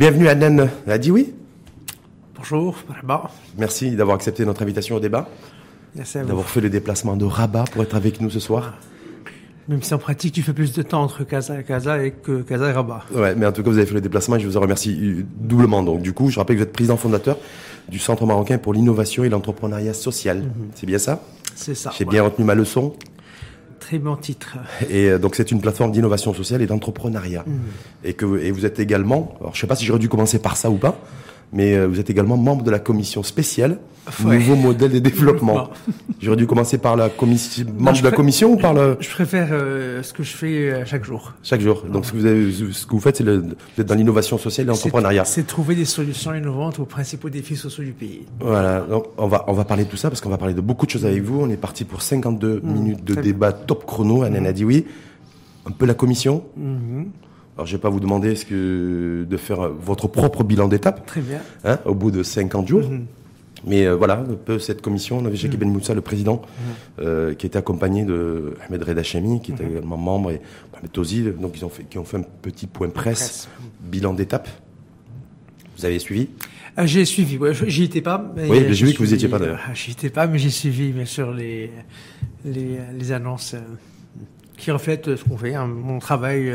Bienvenue Adnan Hadioui. Bonjour, Rabat. Merci d'avoir accepté notre invitation au débat. Merci à vous. D'avoir fait le déplacement de Rabat pour être avec nous ce soir. Même si en pratique, tu fais plus de temps entre Casa et que Casa et Rabat. Ouais, mais en tout cas, vous avez fait le déplacement et je vous en remercie doublement. Donc, du coup, je rappelle que vous êtes président fondateur du Centre marocain pour l'innovation et l'entrepreneuriat social. C'est bien ça? C'est ça. J'ai bien retenu ma leçon. Très bon titre. Et donc, c'est une plateforme d'innovation sociale et d'entrepreneuriat. Et vous êtes également, alors je sais pas si j'aurais dû commencer par ça ou pas, mais vous êtes également membre de la commission spéciale Nouveau modèle de développement. J'aurais dû commencer par la commission, membre de la commission ou par le... Je préfère ce que je fais chaque jour. Chaque jour. Donc, ce que vous faites, vous êtes dans l'innovation sociale et l'entrepreneuriat. C'est trouver des solutions innovantes aux principaux défis sociaux du pays. Voilà. Donc, on va parler de tout ça parce qu'on va parler de beaucoup de choses avec vous. On est parti pour 52 minutes de débat top chrono. Adnan Hadioui. Un peu la commission. Alors, je vais pas vous demander de faire votre propre bilan d'étape. Très bien. Au bout de 50 jours. Mais voilà, un peu cette commission, on avait Jackie Ben Moussa, le président, qui était accompagné de Ahmed Reda Chami, qui était également membre, et Mohamed Tozi, donc qui ont fait un petit point presse, bilan d'étape. Vous avez suivi? J'ai suivi, ouais, j'y étais pas. Mais oui, j'ai vu que vous étiez pas d'ailleurs. J'y étais pas, mais j'ai suivi, bien sûr, les annonces qui reflètent ce qu'on fait. Mon travail,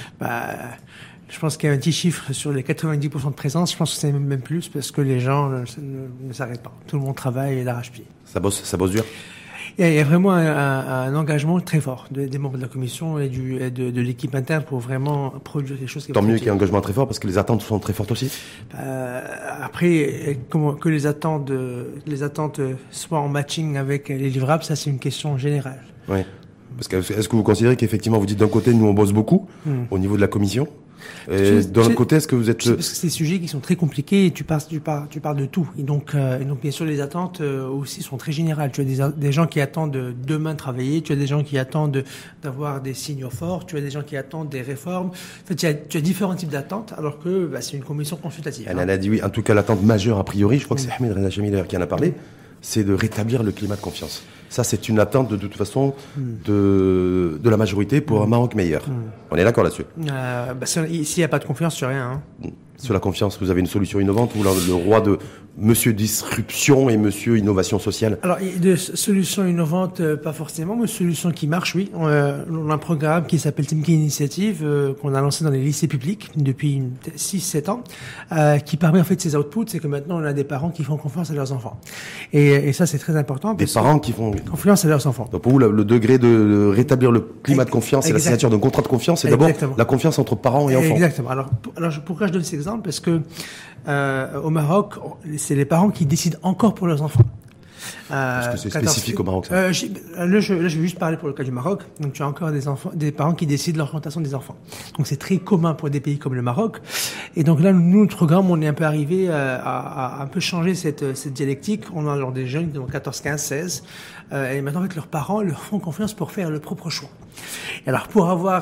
je pense qu'il y a un petit chiffre sur les 90% de présence. Je pense que c'est même plus parce que les gens ne s'arrêtent pas. Tout le monde travaille d'arrache-pied. Ça bosse dur. Il y a vraiment un engagement très fort des membres de la commission et de l'équipe interne pour vraiment produire des choses. Tant mieux qu'il y ait un engagement très fort parce que les attentes sont très fortes aussi. Après, que les attentes soient en matching avec les livrables, ça c'est une question générale. Oui. Parce que est-ce que vous considérez qu'effectivement vous dites d'un côté nous on bosse beaucoup au niveau de la commission? Et de l'autre côté, est-ce que vous êtes... Parce que c'est des sujets qui sont très compliqués et tu parles de tout. Et donc, bien sûr, les attentes aussi sont très générales. Tu as des gens qui attendent de demain travailler, tu as des gens qui attendent d'avoir des signaux forts, tu as des gens qui attendent des réformes. En fait, tu as différents types d'attentes, alors que c'est une commission consultative. Elle a dit oui. En tout cas, l'attente majeure, a priori, je crois que c'est Ahmed Reda Chami d'ailleurs qui en a parlé, c'est de rétablir le climat de confiance. Ça, c'est une attente de toute façon de la majorité pour un Maroc meilleur. On est d'accord là-dessus. S'il n'y a pas de confiance, sur rien. Sur la confiance, vous avez une solution innovante ou le roi de Monsieur Disruption et Monsieur Innovation Sociale? Alors, de solutions innovantes, pas forcément, mais solutions qui marchent, oui. On a un programme qui s'appelle Timki Initiative, qu'on a lancé dans les lycées publics depuis 6-7 ans, qui permet en fait ces outputs, c'est que maintenant on a des parents qui font confiance à leurs enfants. Et ça, c'est très important. Des parents qui font confiance à leurs enfants. Donc pour vous, le degré de rétablir le climat de confiance et la signature d'un contrat de confiance, c'est d'abord la confiance entre parents et enfants. Exactement. Alors pourquoi je donne cet exemple? Parce que au Maroc, c'est les parents qui décident encore pour leurs enfants. Parce que c'est spécifique au Maroc, ça. Je vais juste parler pour le cas du Maroc. Donc, tu as encore des parents qui décident l'orientation des enfants. Donc, c'est très commun pour des pays comme le Maroc. Et donc là, nous, notre programme, on est un peu arrivé à un peu changer cette dialectique. On a alors des jeunes qui ont 14, 15, 16. Et maintenant, en fait, leurs parents leur font confiance pour faire le propre choix. Et alors, pour avoir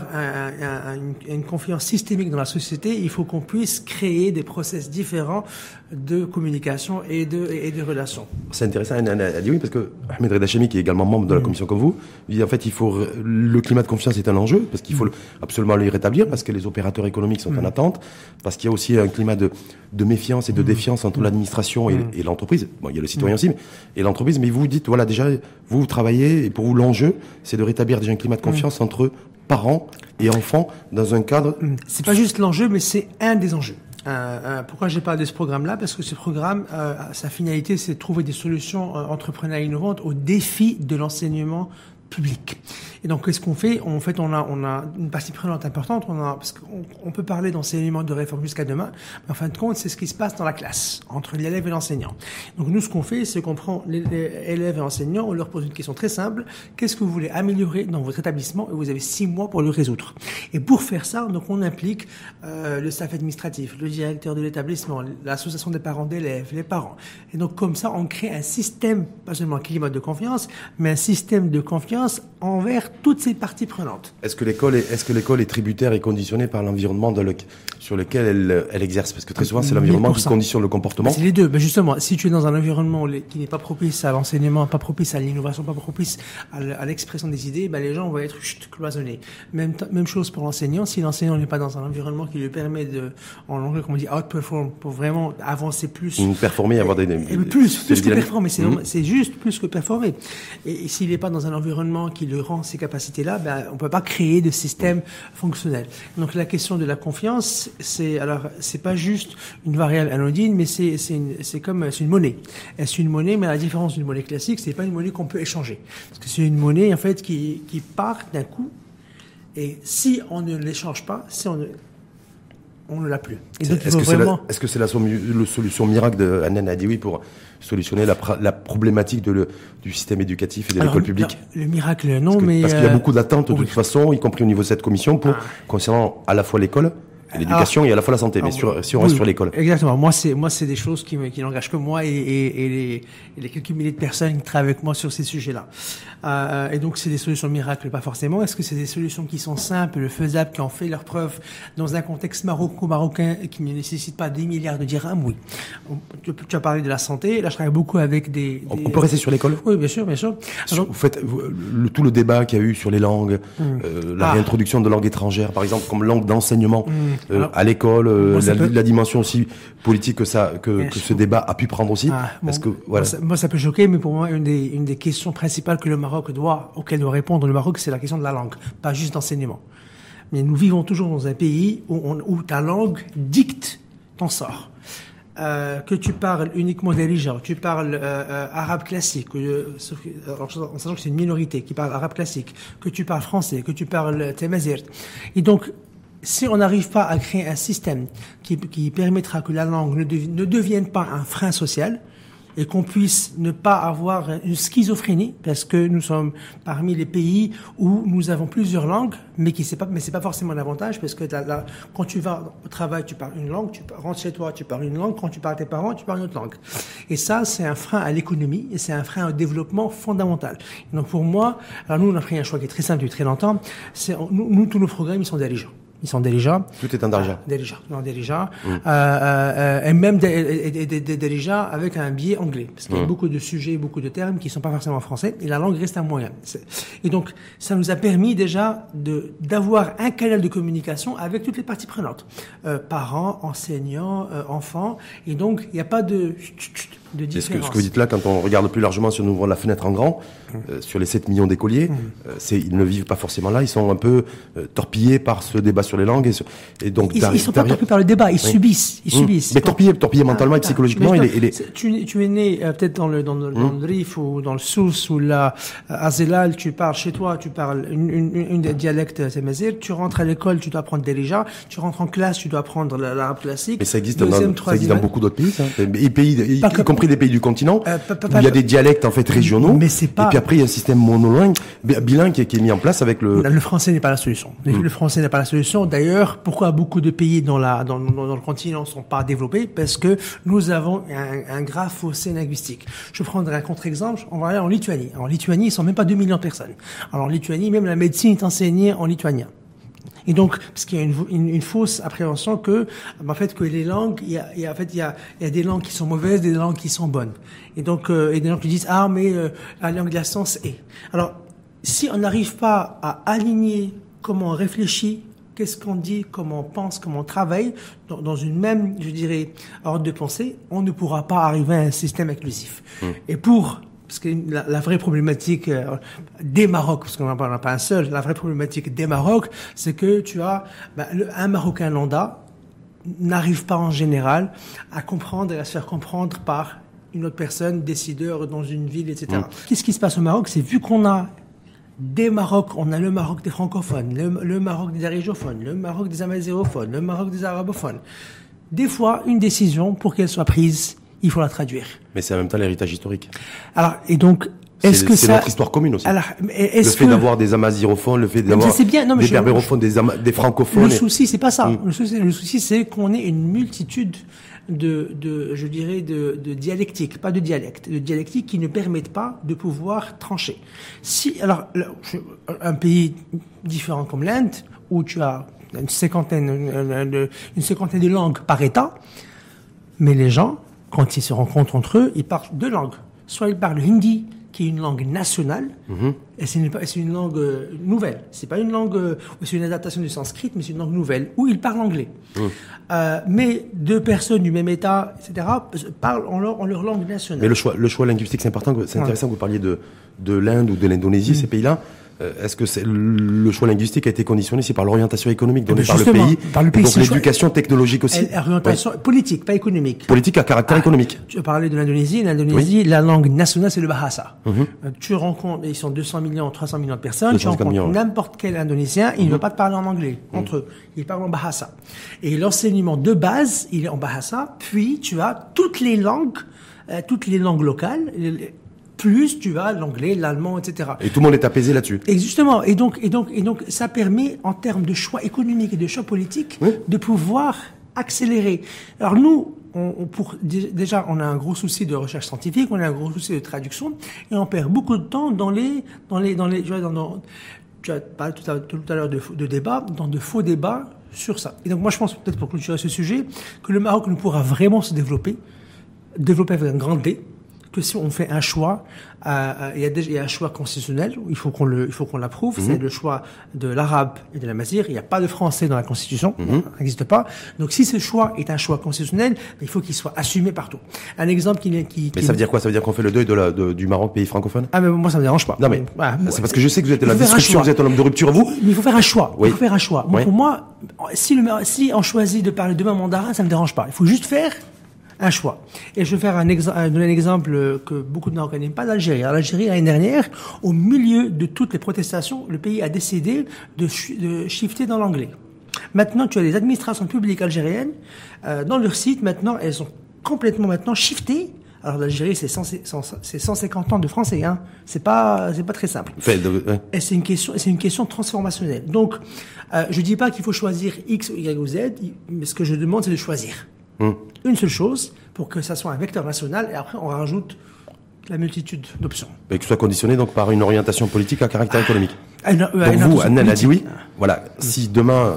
une confiance systémique dans la société, il faut qu'on puisse créer des process différents de communication et de relations. C'est intéressant, elle dit oui, parce que Ahmed Reda Chami, qui est également membre de la commission comme vous, dit en fait, le climat de confiance est un enjeu, parce qu'il faut absolument le rétablir, parce que les opérateurs économiques sont en attente, parce qu'il y a aussi un climat de méfiance et de défiance entre l'administration et l'entreprise. Bon, il y a le citoyen aussi, et l'entreprise, mais vous dites, voilà, déjà, vous travaillez, et pour vous, l'enjeu, c'est de rétablir déjà un climat de confiance entre parents et enfants dans un cadre... C'est pas juste l'enjeu, mais c'est un des enjeux. Pourquoi j'ai parlé de ce programme-là? Parce que ce programme, sa finalité, c'est de trouver des solutions entrepreneuriales innovantes aux défis de l'enseignement public. Et donc, qu'est-ce qu'on fait? En fait, on a une partie prenante importante. Parce qu'on peut parler d'enseignement de réforme jusqu'à demain, mais en fin de compte, c'est ce qui se passe dans la classe, entre l'élève et l'enseignant. Donc, nous, ce qu'on fait, c'est qu'on prend les élèves et enseignants, on leur pose une question très simple. Qu'est-ce que vous voulez améliorer dans votre établissement? Et vous avez 6 mois pour le résoudre. Et pour faire ça, donc, on implique le staff administratif, le directeur de l'établissement, l'association des parents d'élèves, les parents. Et donc, comme ça, on crée un système, pas seulement un climat de confiance, mais un système de confiance envers toutes ces parties prenantes. Est-ce que l'école est tributaire et conditionnée par l'environnement sur lequel elle exerce, parce que très souvent c'est l'environnement qui conditionne le comportement. C'est les deux. Mais justement, si tu es dans un environnement qui n'est pas propice à l'enseignement, pas propice à l'innovation, pas propice à l'expression des idées, les gens vont être cloisonnés. Même chose pour l'enseignant. Si l'enseignant n'est pas dans un environnement qui lui permet en anglais, comme on dit, outperform, pour vraiment avancer plus. Performer, avoir des plus que performer. C'est juste plus que performer. Et s'il n'est pas dans un environnement qui lui rend ces capacités-là, on peut pas créer de système fonctionnel. Donc la question de la confiance, c'est pas juste une variable anodine, mais c'est une monnaie. C'est une monnaie, mais la différence d'une monnaie classique, c'est pas une monnaie qu'on peut échanger, parce que c'est une monnaie en fait qui part d'un coup, et si on ne l'échange pas, on ne l'a plus. Est-ce que c'est la solution miracle de Hanan Adioui pour solutionner la problématique du système éducatif et de l'école publique? Le miracle, non, parce qu'il y a beaucoup d'attentes de toute façon, y compris au niveau de cette commission, concernant à la fois l'école, l'éducation et à la fois la santé, mais si on reste sur l'école. Exactement. Moi, c'est des choses qui n'engagent que moi et les quelques milliers de personnes qui travaillent avec moi sur ces sujets-là. Et donc, c'est des solutions miracles, pas forcément. Est-ce que c'est des solutions qui sont simples, faisables, qui ont fait leur preuve dans un contexte marocain qui ne nécessite pas des milliards de dirhams? Oui. Tu as parlé de la santé. Là, je travaille beaucoup avec On peut rester sur l'école? Oui, bien sûr, bien sûr. Vous faites tout le débat qu'il y a eu sur les langues, la réintroduction de langues étrangères, par exemple, comme langue d'enseignement. À l'école, la dimension aussi politique que ce débat a pu prendre aussi. Moi, ça peut choquer, mais pour moi, une des questions principales que auquel doit répondre le Maroc, c'est la question de la langue, pas juste d'enseignement. Mais nous vivons toujours dans un pays où ta langue dicte ton sort. Que tu parles uniquement Darija, tu parles arabe classique, en sachant que c'est une minorité qui parle arabe classique, que tu parles français, que tu parles tamazirt. Et donc, si on n'arrive pas à créer un système qui permettra que la langue ne devienne pas un frein social, et qu'on puisse ne pas avoir une schizophrénie, parce que nous sommes parmi les pays où nous avons plusieurs langues, mais c'est pas forcément un avantage, parce que quand tu vas au travail, tu parles une langue, tu rentres chez toi, tu parles une langue, quand tu parles à tes parents, tu parles une autre langue. Et ça, c'est un frein à l'économie, et c'est un frein au développement fondamental. Et donc pour moi, alors nous, on a pris un choix qui est très simple depuis très longtemps, nous tous nos programmes, ils sont Darija. Ils sont Darija. Tout est en Darija. Darija. Et même Darija avec un biais anglais. Parce qu'il y a beaucoup de sujets, beaucoup de termes qui ne sont pas forcément français. Et la langue reste un moyen. Et donc, ça nous a permis déjà d'avoir un canal de communication avec toutes les parties prenantes. Parents, enseignants, enfants. Et donc, il n'y a pas de différence. Ce que vous dites là, quand on regarde plus largement, si on ouvre la fenêtre en grand, sur les 7 millions d'écoliers, ils ne vivent pas forcément là. Ils sont un peu torpillés par ce débat sur les langues et donc ils sont pas torpillés par le débat, ils subissent. Mais torpillés mentalement et psychologiquement. Tu es né peut-être dans le Rif ou dans le Souss ou à Zelal, tu parles chez toi, tu parles une des dialectes tamazirt, tu rentres à l'école, tu dois apprendre Darija, tu rentres en classe, tu dois apprendre l'arabe classique. Mais ça existe dans beaucoup d'autres pays, ça. Y compris des pays du continent, où il y a des dialectes en fait régionaux. Mais c'est pas. Et puis après il y a un système monolingue, bilingue qui est mis en place avec le. Le français n'est pas la solution. Le français n'est pas la solution. D'ailleurs, pourquoi beaucoup de pays dans le continent ne sont pas développés? Parce que nous avons un grave fossé linguistique. Je prendrai un contre-exemple. On va aller en Lituanie. En Lituanie, ils sont même pas 2 millions de personnes. Alors en Lituanie, même la médecine est enseignée en lituanien. Et donc, parce qu'il y a une fausse appréhension que les langues, il y a des langues qui sont mauvaises, des langues qui sont bonnes. Et donc, et des gens qui disent, la langue de la science est. Alors, si on n'arrive pas à aligner comment on réfléchit, qu'est-ce qu'on dit, comment on pense, comment on travaille, dans une même, je dirais, ordre de pensée, on ne pourra pas arriver à un système inclusif. Et parce que la vraie problématique des Maroc, parce qu'on n'en a pas un seul, la vraie problématique des Maroc, c'est que tu as un Marocain lambda n'arrive pas en général à comprendre et à se faire comprendre par une autre personne, décideur dans une ville, etc. Qu'est-ce qui se passe au Maroc? C'est vu qu'on a des Maroc, on a le Maroc des francophones, le Maroc des darigophones, le Maroc des amazigophones, le Maroc des arabophones. Des fois, une décision, pour qu'elle soit prise, il faut la traduire. Mais c'est en même temps l'héritage historique. Alors, et donc, est-ce que c'est notre histoire commune aussi. Alors, le fait d'avoir des amazirophones, le fait d'avoir des berbérophones, des francophones. Le souci, c'est pas ça. Le souci, c'est qu'on ait une multitude je dirais, de dialectique, pas de dialecte, de dialectique qui ne permettent pas de pouvoir trancher. Un pays différent comme l'Inde, où tu as une cinquantaine de langues par État, mais les gens, quand ils se rencontrent entre eux, ils parlent deux langues. Soit ils parlent hindi, qui est une langue nationale, et c'est une langue nouvelle. C'est pas une langue, c'est une adaptation du sanskrit, mais c'est une langue nouvelle, où ils parlent anglais. Mais deux personnes du même État, etc., parlent en leur langue nationale. Mais le choix linguistique, c'est important, c'est intéressant que vous parliez de l'Inde ou de l'Indonésie, ces pays-là. Est-ce que le choix linguistique a été conditionné aussi par l'orientation économique donnée par le pays, donc l'éducation technologique aussi? Orientation politique, pas économique. Politique à caractère économique. Tu as parlé de l'Indonésie. L'Indonésie, la langue nationale, c'est le Bahasa. Tu rencontres, ils sont 200 millions, 300 millions de personnes, tu rencontres n'importe quel Indonésien, il ne veut pas te parler en anglais, entre eux. Ils parlent en Bahasa. Et l'enseignement de base, il est en Bahasa, puis tu as toutes les langues locales, plus tu as l'anglais, l'allemand, etc. Et tout le monde est apaisé là-dessus. Et justement, et donc, ça permet, en termes de choix économiques et de choix politiques, de pouvoir accélérer. Alors nous, déjà, on a un gros souci de recherche scientifique, on a un gros souci de traduction, et on perd beaucoup de temps tu as parlé tout à l'heure de débats, dans de faux débats sur ça. Et donc moi, je pense, peut-être pour clôturer ce sujet, que le Maroc ne pourra vraiment se développer avec un grand D, que si on fait un choix, il y a un choix constitutionnel, il faut qu'on l'approuve, c'est le choix de l'arabe et de la mazir. Il n'y a pas de français dans la Constitution, ça n'existe pas. Donc si ce choix est un choix constitutionnel, il faut qu'il soit assumé partout. Un exemple Mais ça veut dire quoi? Ça veut dire qu'on fait le deuil du Maroc, pays francophone? Ah mais moi ça me dérange pas. Non mais c'est parce que je sais que vous êtes la disruption, vous êtes un homme de rupture, vous. Mais il faut faire un choix. Il faut faire un choix. Bon, pour moi, si on choisit de parler demain mandarin, ça me dérange pas. Il faut juste faire un choix. Et je vais faire donner un exemple que beaucoup de Marocains n'aiment pas, l'Algérie. L'Algérie, l'année dernière, au milieu de toutes les protestations, le pays a décidé de shifter dans l'anglais. Maintenant, tu as les administrations publiques algériennes, dans leur site, maintenant, elles ont complètement shifté. Alors l'Algérie, c'est 150 ans de français, hein. C'est pas très simple. Et c'est une question transformationnelle. Donc, je dis pas qu'il faut choisir X ou Y ou Z, mais ce que je demande, c'est de choisir. Une seule chose pour que ça soit un vecteur national, et après on rajoute la multitude d'options. Et que ce soit conditionné donc par une orientation politique à caractère économique. Donc vous, Adnan a dit oui. Voilà. Si demain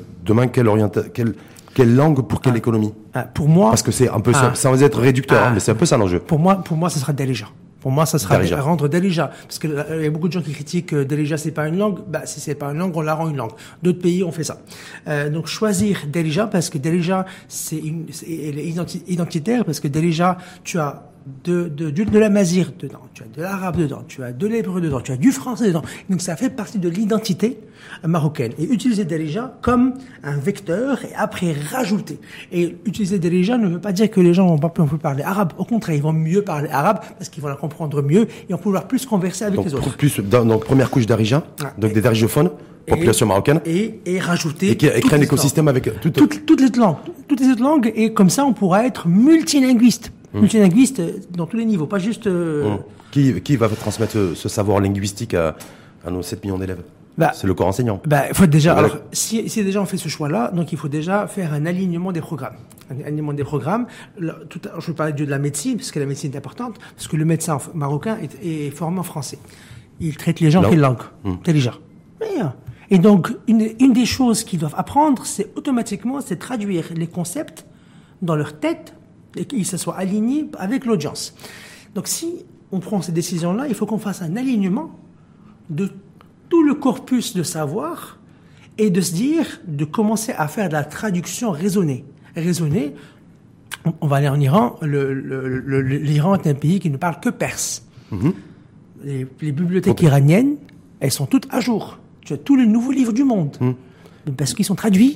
quelle langue pour quelle économie? Pour moi, parce que c'est un peu ça, sans être réducteur, mais c'est un peu ça l'enjeu. Pour moi, ce sera Darija. Pour moi, ça sera rendre Darija. Parce que il y a beaucoup de gens qui critiquent que Darija, c'est pas une langue. Si c'est pas une langue, on la rend une langue. D'autres pays ont fait ça. Donc, choisir Darija, parce que Darija, elle est identitaire, parce que Darija, tu as de la mazir dedans, tu as de l'arabe dedans, tu as de l'hébreu dedans, tu as du français dedans. Donc, ça fait partie de l'identité marocaine. Et utiliser Darija comme un vecteur et après rajouter. Et utiliser Darija ne veut pas dire que les gens vont pas plus parler arabe. Au contraire, ils vont mieux parler arabe parce qu'ils vont la comprendre mieux et vont pouvoir plus converser avec les autres. Donc, première couche Darija, donc des darijophones, population marocaine. Et rajouter. Et créer un écosystème avec toutes les autres langues. Toutes les autres langues. Et comme ça, on pourra être multilinguiste. Multilinguiste dans tous les niveaux, pas juste... Qui va transmettre ce savoir linguistique à nos 7 millions d'élèves? C'est le corps enseignant. Il faut déjà, alors, si déjà on fait ce choix-là, donc il faut déjà faire un alignement des programmes. Un alignement des programmes. Je parlais de la médecine, parce que la médecine est importante, parce que le médecin marocain est formé en français. Il traite les gens en quelle langue? Déjà. Et donc, une des choses qu'ils doivent apprendre, c'est traduire les concepts dans leur tête, et qu'ils se soient alignés avec l'audience. Donc si on prend ces décisions-là, il faut qu'on fasse un alignement de tout le corpus de savoir et de commencer à faire de la traduction raisonnée. Raisonnée, on va aller en Iran. L'Iran est un pays qui ne parle que perse. Les bibliothèques iraniennes, elles sont toutes à jour. Tu as tous les nouveaux livres du monde. Parce qu'ils sont traduits.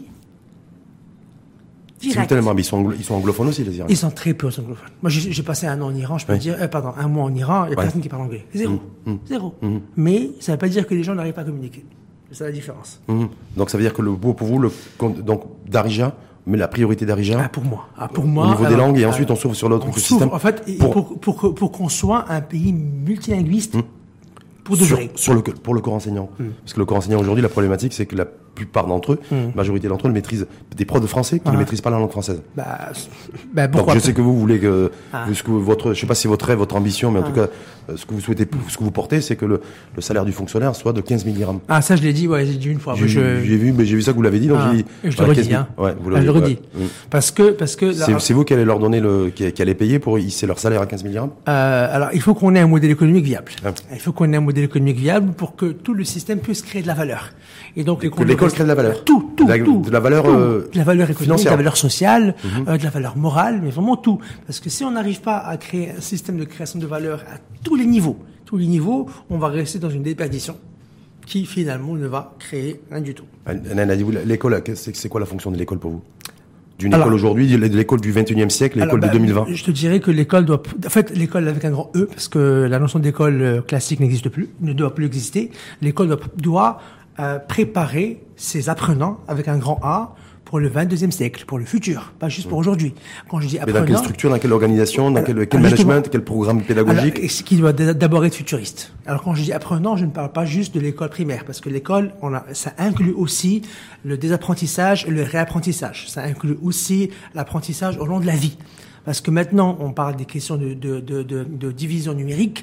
Simultanément, mais ils sont anglophones aussi, les Iraniens. Ils sont très peu anglophones. Moi, j'ai passé un an en Iran, je peux dire, un mois en Iran, il n'y a personne qui parle anglais. Zéro. Mais ça ne veut pas dire que les gens n'arrivent pas à communiquer. C'est la différence. Donc ça veut dire que pour vous, donc Darija, mais la priorité Darija. Pour moi. Au niveau des langues, et ensuite on s'ouvre sur l'autre système. En fait, pour qu'on soit un pays multilinguiste pour de vrai. Pour le corps enseignant. Parce que le corps enseignant aujourd'hui, la problématique, c'est que la plupart d'entre eux, la majorité d'entre eux, maîtrisent des profs de français qui ne maîtrisent pas la langue française. Pourquoi Donc je sais que vous voulez que, je sais pas si c'est votre rêve, votre ambition, mais en tout cas, ce que vous souhaitez, ce que vous portez, c'est que le salaire du fonctionnaire soit de 15 000 dirhams. Ah, ça, je l'ai dit, j'ai dit une fois. J'ai vu ça que vous l'avez dit, donc j'ai dit. Je le redis, hein. Ouais, vous je le redis. Ouais. Parce que c'est vous qui allez leur donner qui allez payer pour hisser leur salaire à 15 000 dirhams? Alors, il faut qu'on ait un modèle économique viable. Ah. Il faut qu'on ait un modèle économique viable pour que tout le système puisse créer de la valeur. Et donc, que l'école crée de la valeur. De la valeur, de la valeur économique, financière. de la valeur sociale, de la valeur morale, mais vraiment tout. Parce que si on n'arrive pas à créer un système de création de valeur à tous les niveaux, on va rester dans une déperdition qui finalement ne va créer rien du tout. L'école, c'est quoi la fonction de l'école pour vous? D'une école aujourd'hui, de l'école du 21e siècle, l'école de 2020? Je te dirais que l'école l'école avec un grand E, parce que la notion d'école classique n'existe plus, ne doit plus exister. L'école doit préparer ses apprenants avec un grand A pour le 22e siècle, pour le futur, pas juste pour aujourd'hui. Quand je dis apprenant... Mais dans quelle structure, dans quelle organisation, dans quel management, quel programme pédagogique? Ce qui doit d'abord être futuriste. Alors quand je dis apprenant, je ne parle pas juste de l'école primaire, parce que l'école, ça inclut aussi le désapprentissage et le réapprentissage. Ça inclut aussi l'apprentissage au long de la vie. Parce que maintenant, on parle des questions de division numérique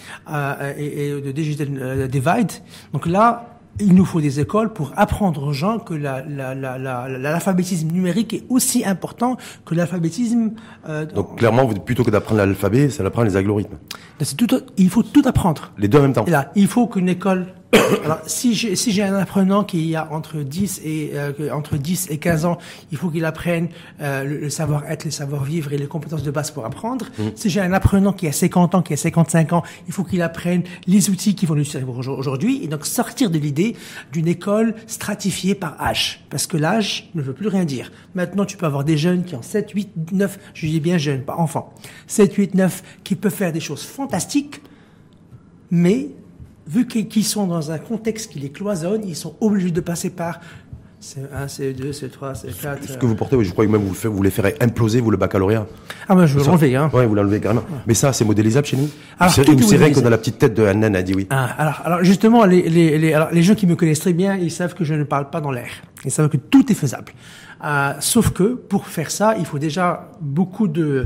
et de digital divide. Donc là, il nous faut des écoles pour apprendre aux gens que l'alphabétisme numérique est aussi important que l'alphabétisme... Donc clairement, plutôt que d'apprendre l'alphabet, c'est d'apprendre les algorithmes. Il faut tout apprendre. Les deux en même temps. Et là, il faut qu'une école... Alors, si j'ai un apprenant qui a entre 10 et 15 ans, il faut qu'il apprenne le savoir-être, le savoir-vivre et les compétences de base pour apprendre. Si j'ai un apprenant qui a 50 ans, qui a 55 ans, il faut qu'il apprenne les outils qui vont lui servir aujourd'hui. Et donc, sortir de l'idée d'une école stratifiée par âge. Parce que l'âge ne veut plus rien dire. Maintenant, tu peux avoir des jeunes qui ont 7, 8, 9, je dis bien jeunes, pas enfants, 7, 8, 9, qui peuvent faire des choses fantastiques, mais vu qu'ils sont dans un contexte qui les cloisonne, ils sont obligés de passer par C1, C2, C3, C4... Ce que vous portez, je crois que même vous voulez faire imploser, vous, le baccalauréat. Ah ben, je veux l'enlever, hein. Ouais, vous l'enlevez carrément. Ouais. Mais ça, c'est modélisable chez nous? Alors, c'est vrai que dans la petite tête de Hanan a dit oui. Alors justement, les gens qui me connaissent très bien, ils savent que je ne parle pas dans l'air. Ils savent que tout est faisable. Sauf que, pour faire ça, il faut déjà beaucoup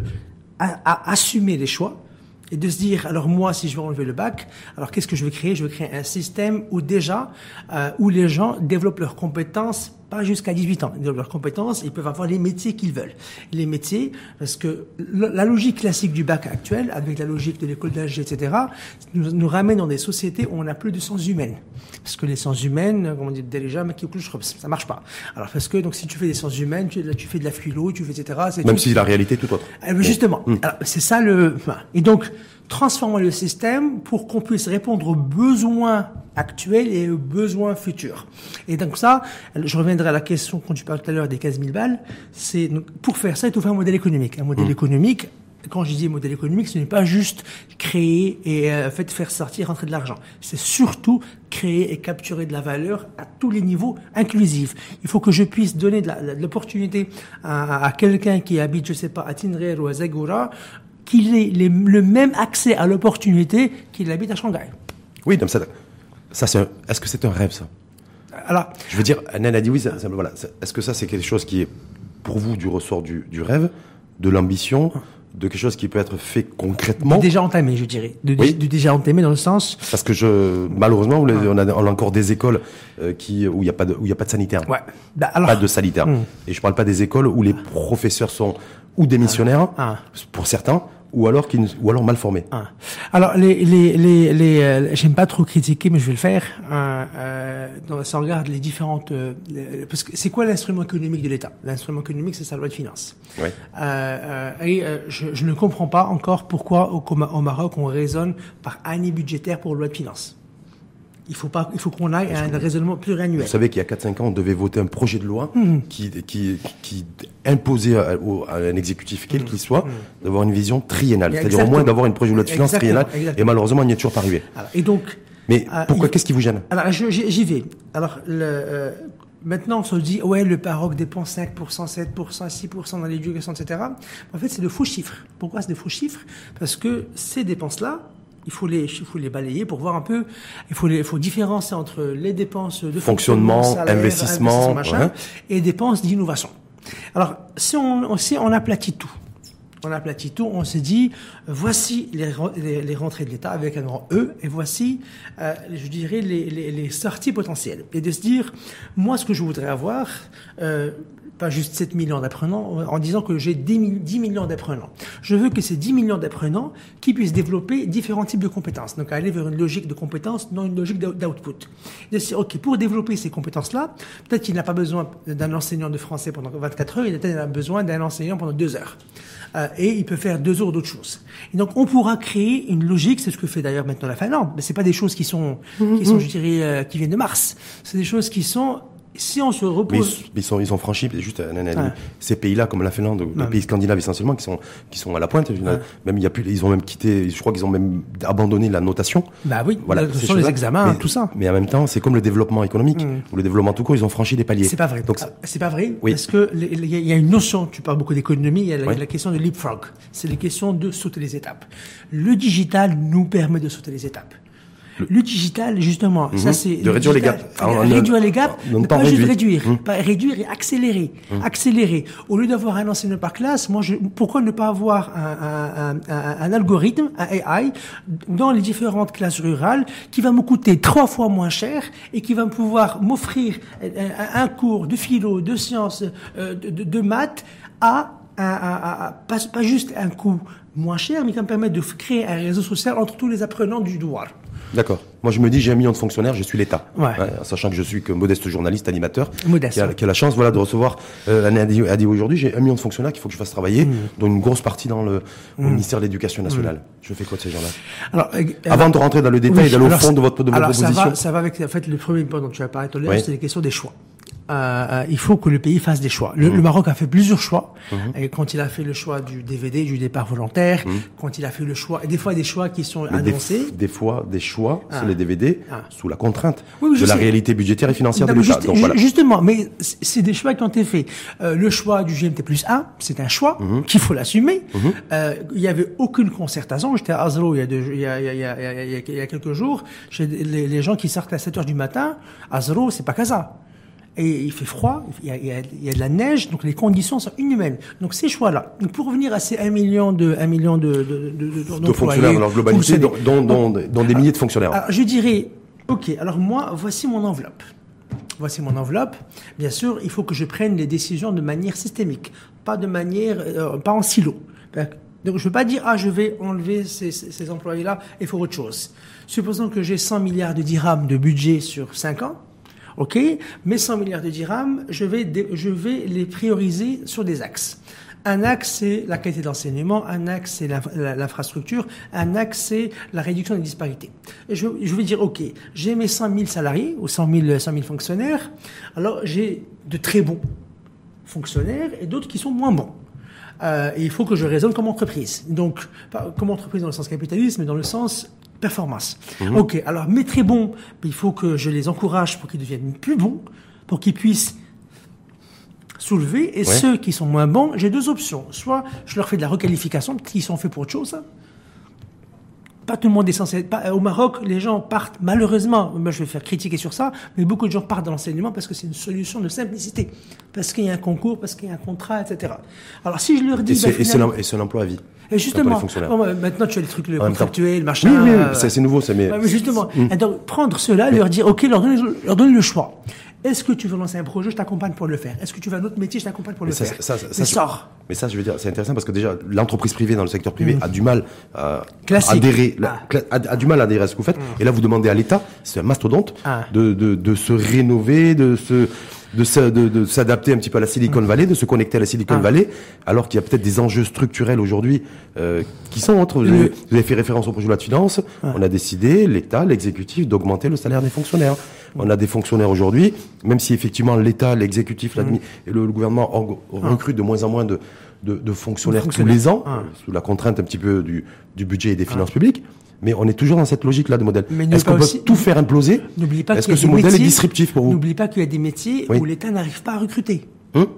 assumer les choix. Et de se dire, alors moi, si je veux enlever le bac, alors qu'est-ce que je veux créer? Je veux créer un système où où les gens développent leurs compétences, pas jusqu'à 18 ans. Ils développent leurs compétences, ils peuvent avoir les métiers qu'ils veulent. Les métiers, parce que la logique classique du bac actuel, avec la logique de l'école d'ingé, etc., nous ramène dans des sociétés où on n'a plus de sciences humaines. Parce que les sciences humaines, comme on dit déjà, ça marche pas. Alors, parce que, donc, si tu fais des sciences humaines, tu fais de la philo, tu fais, etc., même si la réalité est tout autre. Justement. Alors, c'est ça et donc, transformons le système pour qu'on puisse répondre aux besoins actuels et aux besoins futurs. Et donc ça, je reviendrai à la question quand tu parlais tout à l'heure des 15 000 balles, pour faire ça, il faut faire un modèle économique. Un modèle économique, quand je dis modèle économique, ce n'est pas juste créer et faire sortir, rentrer de l'argent. C'est surtout créer et capturer de la valeur à tous les niveaux inclusifs. Il faut que je puisse donner de l'opportunité à quelqu'un qui habite, je sais pas, à Tinrer ou à Zagora, qu'il ait le même accès à l'opportunité qu'il habite à Shanghai. Oui, donc ça est-ce que c'est un rêve, ça? Alors, je veux dire, Hanan a dit oui, voilà. Est-ce que ça, c'est quelque chose qui est, pour vous, du ressort du rêve, de l'ambition, de quelque chose qui peut être fait concrètement? Déjà entamé, je dirais. Déjà entamé dans le sens... Parce que malheureusement, on a encore des écoles où il n'y a pas de sanitaire. Ouais. Pas de sanitaire. Et je parle pas des écoles où les professeurs sont ou démissionnaires, pour certains, ou alors mal formés. Alors j'aime pas trop critiquer, mais je vais le faire. Si on regarde les différentes, parce que c'est quoi l'instrument économique de l'État? L'instrument économique, c'est sa loi de finances. Oui. Je ne comprends pas encore pourquoi au Maroc on raisonne par année budgétaire pour loi de finances. Il faut qu'on aille à un raisonnement pluriannuel. Vous savez qu'il y a 4-5 ans, on devait voter un projet de loi qui imposait à un exécutif, quel qu'il soit, d'avoir une vision triennale. C'est-à-dire au moins d'avoir une projet de loi de finances triennale. Et malheureusement, on n'y est toujours pas arrivé. Et donc... Mais pourquoi? Qu'est-ce qui vous gêne? Alors, j'y vais. Alors, maintenant, on se dit, ouais, le Maroc dépense 5%, 7%, 6% dans l'éducation, etc. En fait, c'est de faux chiffres. Pourquoi c'est de faux chiffres? Parce que ces dépenses-là, il faut les balayer pour voir un peu. Il faut différencier entre les dépenses de fonctionnement, salaire, investissement, machin, et dépenses d'innovation. Alors, si on aplatit tout. On se dit, voici les rentrées de l'État avec un grand E, et voici, je dirais, les sorties potentielles. Et de se dire, moi, ce que je voudrais avoir, pas juste 7 millions d'apprenants, en disant que j'ai 10 millions d'apprenants. Je veux que ces 10 millions d'apprenants qui puissent développer différents types de compétences. Donc, aller vers une logique de compétences, non une logique d'output. De se dire, OK, pour développer ces compétences-là, peut-être qu'il n'a pas besoin d'un enseignant de français pendant 24 heures, il a peut-être besoin d'un enseignant pendant 2 heures. Et il peut faire 2 heures d'autres choses. Et donc, on pourra créer une logique, c'est ce que fait d'ailleurs maintenant la Finlande. Mais c'est pas des choses qui sont, je dirais, qui viennent de Mars. C'est des choses qui sont, si on se repose. Mais ils sont franchis, juste ces pays-là, comme la Finlande, les pays scandinaves essentiellement, qui sont à la pointe. Même ils ont même quitté, je crois qu'ils ont même abandonné la notation. Bah oui, voilà, ce sont les examens, tout ça. Mais en même temps, c'est comme le développement économique, ou le développement tout court, ils ont franchi des paliers. C'est pas vrai. Donc, c'est pas vrai, parce que il y a une notion, tu parles beaucoup d'économie, il y a la question de leapfrog. C'est la question de sauter les étapes. Le digital nous permet de sauter les étapes. Le digital, justement, ça c'est... De réduire les gaps. Réduire les gaps, mais pas juste réduire. Pas réduire et accélérer. Accélérer. Au lieu d'avoir un enseignant par classe, pourquoi ne pas avoir un algorithme, un AI, dans les différentes classes rurales, qui va me coûter 3 fois moins cher et qui va pouvoir m'offrir un cours de philo, de sciences, de maths pas juste un coût moins cher, mais qui va me permettre de créer un réseau social entre tous les apprenants du Douar. D'accord. Moi, je me dis, j'ai 1 million de fonctionnaires, je suis l'État. Sachant que je suis que modeste journaliste, animateur, qui a la chance, de recevoir, a dit aujourd'hui, j'ai 1 million de fonctionnaires qu'il faut que je fasse travailler, dont une grosse partie au ministère de l'Éducation nationale. Je fais quoi de ces gens-là? Avant de rentrer dans le détail et d'aller au fond de votre proposition. Ça va avec, en fait, le premier point dont tu as parlé tout à l'heure, c'est les questions des choix. Il faut que le pays fasse des choix. Le Maroc a fait plusieurs choix. Et quand il a fait le choix du DVD, du départ volontaire, quand il a fait le choix, et des fois des choix qui sont annoncés. Des fois des choix sur les DVD sous la contrainte de la réalité budgétaire et financière de l'État. Justement, mais c'est des choix qui ont été faits. Le choix du GMT+1, c'est un choix qu'il faut l'assumer. Il y avait aucune concertation. J'étais à Azro il y a quelques jours. Chez les gens qui sortent à 7 heures du matin. Azro, c'est pas Casa. Et il fait froid, il y a de la neige, donc les conditions sont inhumaines. Donc ces choix-là, donc pour revenir à ces 1 million de fonctionnaires dans leur globalité, dont des milliers de fonctionnaires. Alors, je dirais, ok, alors moi, voici mon enveloppe. Voici mon enveloppe. Bien sûr, il faut que je prenne les décisions de manière systémique, pas en silo. Donc je ne veux pas dire, je vais enlever ces employés-là et faire autre chose. Supposons que j'ai 100 milliards de dirhams de budget sur 5 ans. OK, mes 100 milliards de dirhams, je vais les prioriser sur des axes. Un axe, c'est la qualité d'enseignement. Un axe, c'est l'infrastructure. Un axe, c'est la réduction des disparités. Et je vais dire, OK, j'ai mes 100 000 salariés ou 100 000 fonctionnaires. Alors, j'ai de très bons fonctionnaires et d'autres qui sont moins bons. Et il faut que je raisonne comme entreprise. Donc, pas comme entreprise dans le sens capitaliste, mais dans le sens performance. OK, alors mes très bons, il faut que je les encourage pour qu'ils deviennent plus bons, pour qu'ils puissent soulever. Et ceux qui sont moins bons, j'ai 2 options. Soit je leur fais de la requalification, qui sont faits pour autre chose. Pas tout le monde est censé... Au Maroc, les gens partent, malheureusement, moi je vais faire critiquer sur ça, mais beaucoup de gens partent de l'enseignement parce que c'est une solution de simplicité. Parce qu'il y a un concours, parce qu'il y a un contrat, etc. Alors si je leur dis... Et c'est un emploi à vie. Et justement, maintenant tu as les trucs contractuels, machin... Oui, c'est nouveau, ça. Mais justement, et donc prendre cela, leur dire, OK, leur donner le choix. Est-ce que tu veux lancer un projet, je t'accompagne pour le faire. Est-ce que tu veux un autre métier, je t'accompagne pour le faire. Mais ça, je veux dire, c'est intéressant parce que déjà, l'entreprise privée dans le secteur privé a du mal à adhérer, a du mal à adhérer à ce que vous faites. Et là, vous demandez à l'État, c'est un mastodonte, de se rénover, de s'adapter un petit peu à la Silicon Valley, de se connecter à la Silicon Valley, alors qu'il y a peut-être des enjeux structurels aujourd'hui qui sont entre. Vous avez fait référence au projet de loi de finances. On a décidé, l'État, l'exécutif, d'augmenter le salaire des fonctionnaires. On a des fonctionnaires aujourd'hui, même si effectivement l'État, l'exécutif, et le gouvernement recrutent de moins en moins de fonctionnaires tous les ans, sous la contrainte un petit peu du budget et des finances publiques. Mais on est toujours dans cette logique-là de modèle. Est-ce qu'on peut tout faire imploser? Est-ce que ce modèle est disruptif pour vous? N'oublie pas qu'il y a des métiers où l'État n'arrive pas à recruter. Il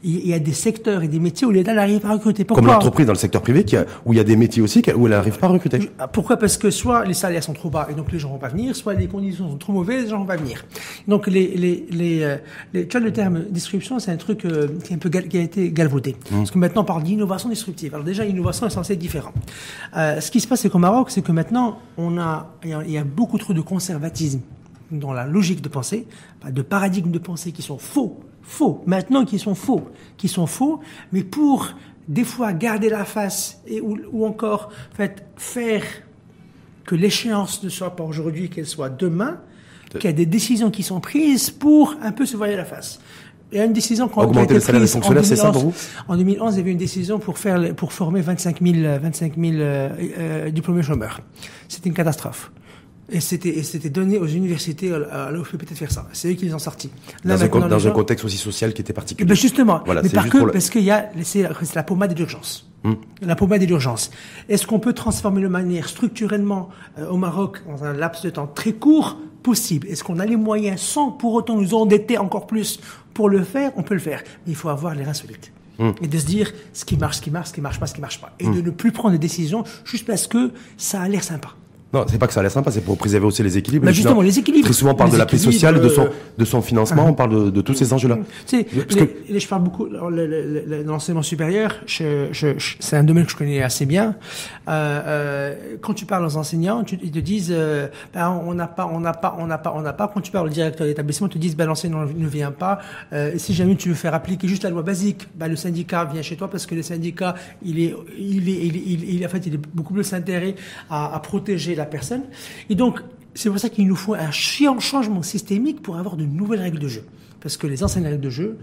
il y a des secteurs et des métiers où l'État n'arrive pas à recruter. Pourquoi? Comme l'entreprise dans le secteur privé, où il y a des métiers aussi où elle n'arrive pas à recruter. Pourquoi? Parce que soit les salaires sont trop bas et donc les gens vont pas venir, soit les conditions sont trop mauvaises, les gens vont pas venir. Donc tu vois, le terme disruption, c'est un truc qui a été galvaudé. Parce que maintenant on parle d'innovation disruptive. Alors déjà, l'innovation est censée être différente. Ce qui se passe, c'est qu'au Maroc, c'est que maintenant il y a beaucoup trop de conservatisme dans la logique de pensée, de paradigmes de pensée qui sont faux, maintenant qui sont faux, mais pour des fois garder la face ou encore faire que l'échéance ne soit pas aujourd'hui, qu'elle soit demain, qu'il y a des décisions qui sont prises pour un peu se voiler la face. Il y a une décision qui a augmenter le salaire des fonctionnaires, c'est ça pour vous? En 2011, il y avait une décision pour former 25 000 diplômés chômeurs. C'était une catastrophe. Et c'était donné aux universités, là où peut peut-être faire ça. C'est eux qui les ont sortis. Là, dans un contexte aussi social qui était particulier. Ben justement. Voilà, mais parce qu'il y a, c'est la pommade d'urgence. La pommade d'urgence. Est-ce qu'on peut transformer de manière structurellement au Maroc dans un laps de temps très court? Possible. Est-ce qu'on a les moyens sans pour autant nous endetter encore plus pour le faire? On peut le faire. Mais il faut avoir les reins solides. Et de se dire ce qui marche pas. Et de ne plus prendre des décisions juste parce que ça a l'air sympa. Non, c'est pas que ça a l'air sympa, c'est pour préserver aussi les équilibres. Mais justement, les équilibres. Très souvent, on parle de la paix sociale, de son financement, on parle de tous ces enjeux-là. Je parle beaucoup, dans l'enseignement supérieur, c'est un domaine que je connais assez bien. Quand tu parles aux enseignants, ils te disent, on n'a pas. Quand tu parles au directeur d'établissement, ils te disent, l'enseignant ne vient pas. Si jamais tu veux faire appliquer juste la loi basique, le syndicat vient chez toi parce que le syndicat, il est beaucoup plus intéressé à protéger la personne. Et donc, c'est pour ça qu'il nous faut un changement systémique pour avoir de nouvelles règles de jeu. Parce que les anciennes règles de jeu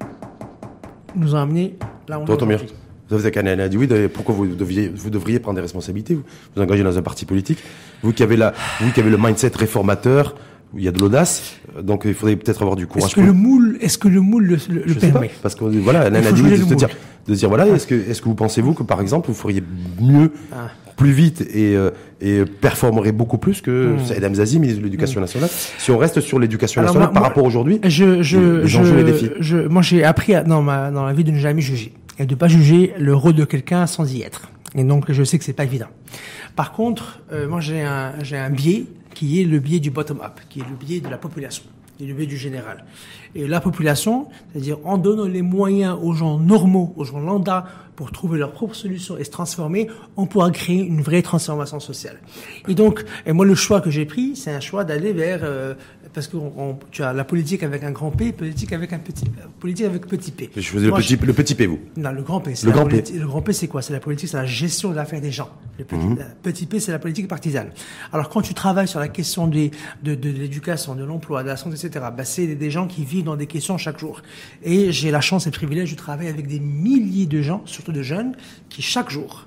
nous ont amené là où on est aujourd'hui. Vous avez dit oui, pourquoi vous devriez prendre des responsabilités, vous engagez dans un parti politique, vous qui avez le mindset réformateur, où il y a de l'audace, donc il faudrait peut-être avoir du courage. Est-ce que le moule le permet? Parce que voilà, Nana a dit de dire voilà, est-ce que vous pensez que par exemple vous feriez mieux, plus vite et performerez beaucoup plus que Edem Zazi, ministre de l'Éducation nationale, si on reste sur l'éducation nationale par rapport aujourd'hui, les enjeux, les défis. Moi j'ai appris dans la vie de ne jamais juger et de pas juger le rôle de quelqu'un sans y être. Et donc je sais que c'est pas évident. Par contre, moi j'ai un biais qui est le biais du bottom-up, qui est le biais de la population, qui est le biais du général. Et la population, c'est-à-dire en donnant les moyens aux gens normaux, aux gens lambda, pour trouver leur propre solution et se transformer, on pourra créer une vraie transformation sociale. Et donc, moi le choix que j'ai pris, c'est un choix d'aller vers, parce que tu as la politique avec un grand P, politique avec petit P. Je faisais le petit P, vous. Non, le grand P. Le grand P, c'est quoi? C'est la politique, c'est la gestion de l'affaire des gens. Le petit P, c'est la politique partisane. Alors, quand tu travailles sur la question de l'éducation, de l'emploi, de la santé, etc., c'est des gens qui vivent dans des questions chaque jour. Et j'ai la chance et le privilège de travailler avec des milliers de gens, surtout de jeunes, qui chaque jour,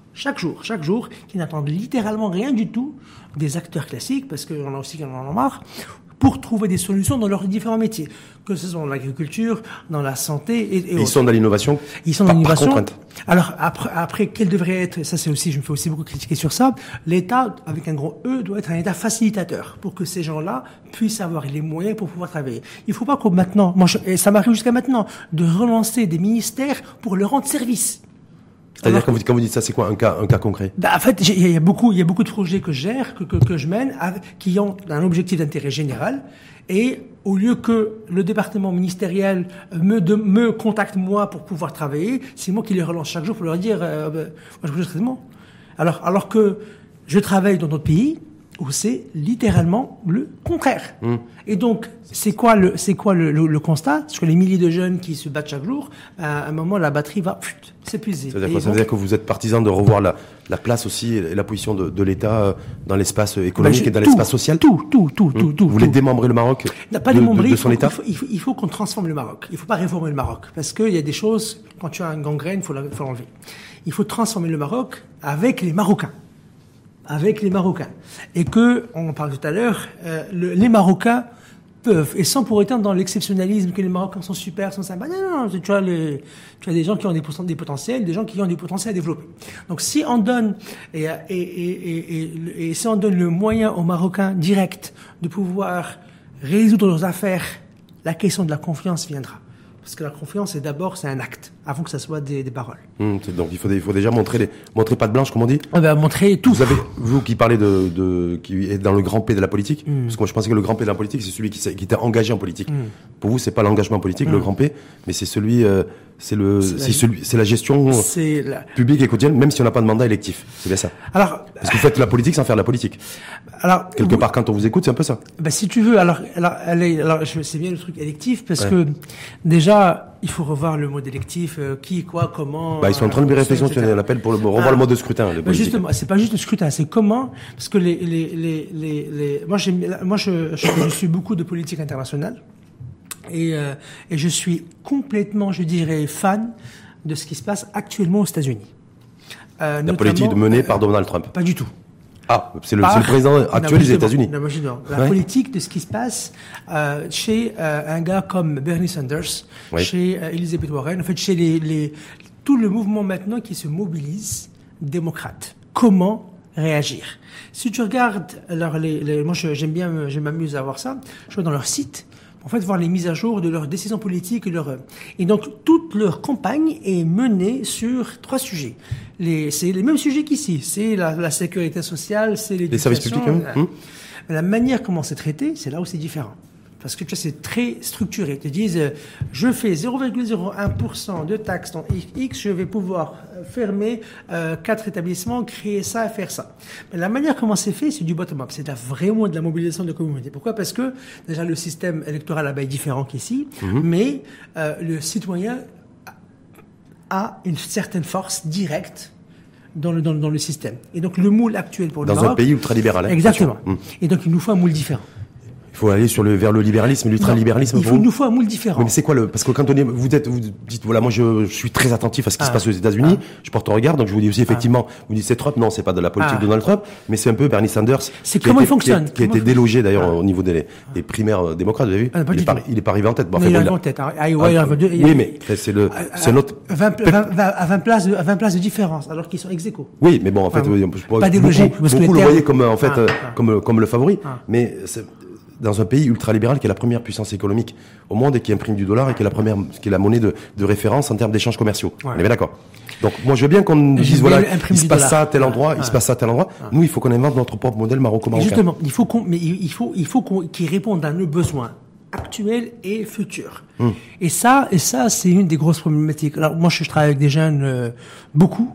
qui n'attendent littéralement rien du tout des acteurs classiques, parce qu'on a aussi qui en ont marre, pour trouver des solutions dans leurs différents métiers, que ce soit dans l'agriculture, dans la santé et ils sont dans l'innovation. Ils sont dans l'innovation. Alors après, quel devrait être, ça c'est aussi, je me fais aussi beaucoup critiquer sur ça, l'État avec un gros E doit être un État facilitateur pour que ces gens-là puissent avoir les moyens pour pouvoir travailler. Il faut pas que maintenant, et ça m'arrive jusqu'à maintenant, de relancer des ministères pour leur rendre service. C'est-à-dire quand vous dites ça, c'est quoi un cas concret? En fait, il y a beaucoup de projets que je gère, que je mène, qui ont un objectif d'intérêt général. Et au lieu que le département ministériel me contacte moi pour pouvoir travailler, c'est moi qui les relance chaque jour pour leur dire, moi je veux traitement. Alors que je travaille dans d'autres pays où c'est littéralement le contraire. Et donc, c'est quoi le constat? Parce que les milliers de jeunes qui se battent chaque jour, à un moment, la batterie va s'épuiser. Ça veut dire que vous êtes partisan de revoir la place aussi et la position de l'État dans l'espace économique et dans l'espace social? Tout. Vous voulez démembrer le Maroc de son État? Il faut qu'on transforme le Maroc. Il faut pas réformer le Maroc. Parce qu'il y a des choses, quand tu as une gangrène, il faut l'enlever. Il faut transformer le Maroc avec les Marocains. Et on en parle tout à l'heure, les Marocains peuvent, et sans pour autant dans l'exceptionnalisme que les Marocains sont super, sont sympas. Non, tu as des gens qui ont des potentiels, des gens qui ont des potentiels à développer. Donc si on donne, et si on donne le moyen aux Marocains direct de pouvoir résoudre leurs affaires, la question de la confiance viendra. Parce que la confiance, c'est un acte, avant que ça soit des paroles. Donc il faut déjà montrer patte blanche, comme on dit. Montrer tout. Vous qui parlez qui est dans le grand P de la politique, parce que moi je pensais que le grand P de la politique, c'est celui qui était engagé en politique. Pour vous, c'est pas l'engagement politique, le grand P, mais c'est celui, c'est la gestion publique et quotidienne, même si on n'a pas de mandat électif. C'est bien ça. Alors, parce que vous faites la politique sans faire de la politique. Alors, quelque part, quand on vous écoute, c'est un peu ça. Si tu veux, c'est bien le truc électif, parce que déjà, il faut revoir le mode électif, qui, quoi, comment. Ils sont en train de réfléchir, on appelle pour revoir le mode de scrutin. Justement, c'est pas juste le scrutin, c'est comment, parce que moi, je suis beaucoup de politique internationale. Et je suis complètement, je dirais, fan de ce qui se passe actuellement aux États-Unis. La politique menée par Donald Trump. Pas du tout. Ah, c'est le président actuel des États-Unis. La politique de ce qui se passe chez un gars comme Bernie Sanders, chez Elizabeth Warren, en fait, chez tout le mouvement maintenant qui se mobilise démocrate. Comment réagir? Si tu regardes, moi je m'amuse à voir ça. Je vais dans leur site. En fait, voir les mises à jour de leurs décisions politiques et donc toute leur campagne est menée sur 3 sujets. C'est les mêmes sujets qu'ici. C'est la sécurité sociale, c'est l'éducation. Les services publics. Mais la manière comment c'est traité, c'est là où c'est différent. Parce que tu vois, c'est très structuré. Ils te disent, je fais 0,01% de taxes dans X, je vais pouvoir fermer 4 établissements, créer ça, faire ça. Mais la manière comment c'est fait, c'est du bottom-up. C'est vraiment de la mobilisation de communauté. Pourquoi? Parce que déjà le système électoral là-bas est différent qu'ici, mais le citoyen a une certaine force directe dans le système. Et donc le moule actuel pour le Maroc... Dans un pays ultralibéral. Exactement. Et donc il nous faut un moule différent. Il faut aller vers le libéralisme, l'ultralibéralisme. Il nous faut un moule différent. Mais c'est quoi parce que quand vous dites, voilà, moi je suis très attentif à ce qui se passe aux États-Unis, je porte un regard, donc je vous dis aussi effectivement, vous dites c'est Trump, non, c'est pas de la politique de Donald Trump, mais c'est un peu Bernie Sanders. C'est comment il fonctionne. Qui a été délogé d'ailleurs au niveau des primaires démocrates, vous avez vu? Il est pas arrivé en tête. Il est arrivé en tête. Oui, mais c'est notre... 20 places de différence, alors qu'ils sont ex aequo. Oui, mais bon, en fait, pas délogé. Beaucoup le voyaient comme le favori, mais dans un pays ultralibéral qui est la première puissance économique au monde et qui imprime du dollar et qui est la monnaie de référence en termes d'échanges commerciaux. On est bien d'accord. Donc moi je veux bien qu'on dise voilà, il se passe ça à tel endroit, il se passe ça à tel endroit. Nous il faut qu'on invente notre propre modèle maroco-marocain. Justement, il faut qu'il réponde à nos besoins actuels et futurs. Et ça c'est une des grosses problématiques. Alors moi je travaille avec des jeunes beaucoup.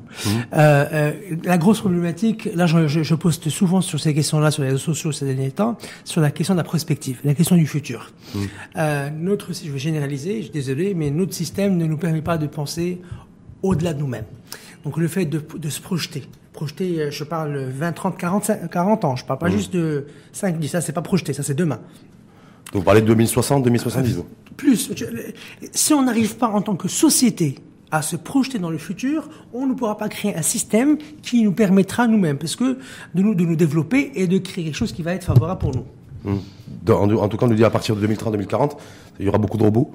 La grosse problématique, là je poste souvent sur ces questions-là sur les réseaux sociaux ces derniers temps, sur la question de la prospective, la question du futur. Si je vais généraliser, je suis désolé, mais notre système ne nous permet pas de penser au-delà de nous-mêmes. Donc le fait de se projeter, je parle 20, 30, 40 ans, je parle pas juste de 5, 10, ça c'est pas projeté, ça c'est demain. Donc vous parlez de 2060, 2070. Plus. Si on n'arrive pas en tant que société à se projeter dans le futur, on ne pourra pas créer un système qui nous permettra nous-mêmes, parce que de nous développer et de créer quelque chose qui va être favorable pour nous. En tout cas, on nous dit à partir de 2030-2040, il y aura beaucoup de robots.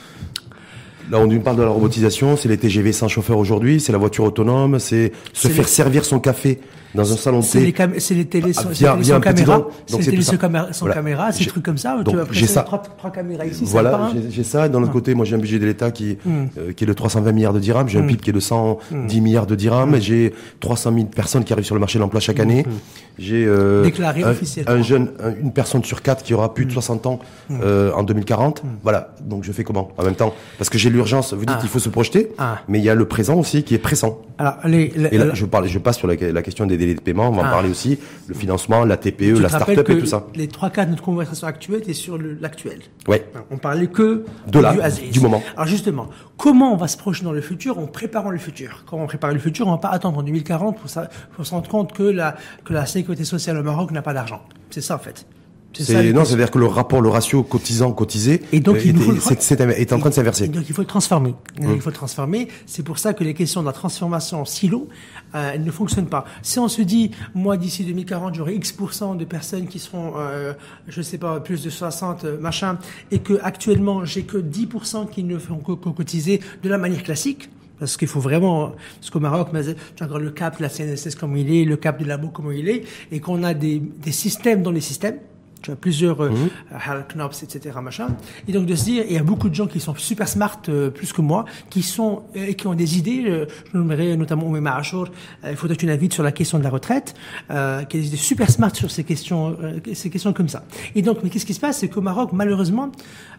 Là, on nous parle de la robotisation, c'est les TGV sans chauffeur aujourd'hui, c'est la voiture autonome, c'est faire servir son café dans un salon de thé. C'est les télés sans caméra. C'est les télés sans caméra, c'est des trucs comme ça. Donc, j'ai ça. 3 caméras ici. Voilà, j'ai ça. Et d'un autre côté, moi, j'ai un budget de l'État qui est de 320 milliards de dirhams. J'ai un PIB qui est de 110 milliards de dirhams. J'ai 300 000 personnes qui arrivent sur le marché de l'emploi chaque année. J'ai déclaré officiellement une personne sur 4 qui aura plus de 60 ans en 2040. Voilà. Donc, je fais comment en même temps? Parce que j'ai l'urgence. Vous dites qu'il faut se projeter, mais il y a le présent aussi qui est pressant. Alors, et là, je passe sur la question des délais de paiement, on va en parler aussi, le financement, la TPE, la start-up et tout ça. Les 3 quarts de notre conversation actuelle est sur l'actuel. Ouais. On parlait que du moment. Alors justement, comment on va se projeter dans le futur en préparant le futur? Quand on prépare le futur, on va pas attendre en 2040 pour se rendre compte que la sécurité sociale au Maroc n'a pas d'argent. C'est ça en fait. C'est-à-dire que le ratio cotisant-cotisé est en train de s'inverser. Donc il faut le transformer. Il faut le transformer. C'est pour ça que les questions de la transformation en silo ne fonctionnent pas. Si on se dit, moi d'ici 2040, j'aurai X% de personnes qui seront, je sais pas, plus de 60, machin, et que actuellement j'ai que 10% qui ne font que cotiser de la manière classique. Parce qu'il faut vraiment, parce qu'au Maroc, tu as encore le cap de la CNSS comme il est, le cap de l'AMO comme il est, et qu'on a des systèmes dans les systèmes. Tu as plusieurs Knobs, etc., machin. Et donc de se dire, il y a beaucoup de gens qui sont super smart, plus que moi, qui ont des idées. Je nommerai notamment Oumema Achour. Il faudrait que tu l'invites sur la question de la retraite, qui a des idées super smart sur ces questions comme ça. Et donc, mais qu'est-ce qui se passe, c'est qu'au Maroc, malheureusement,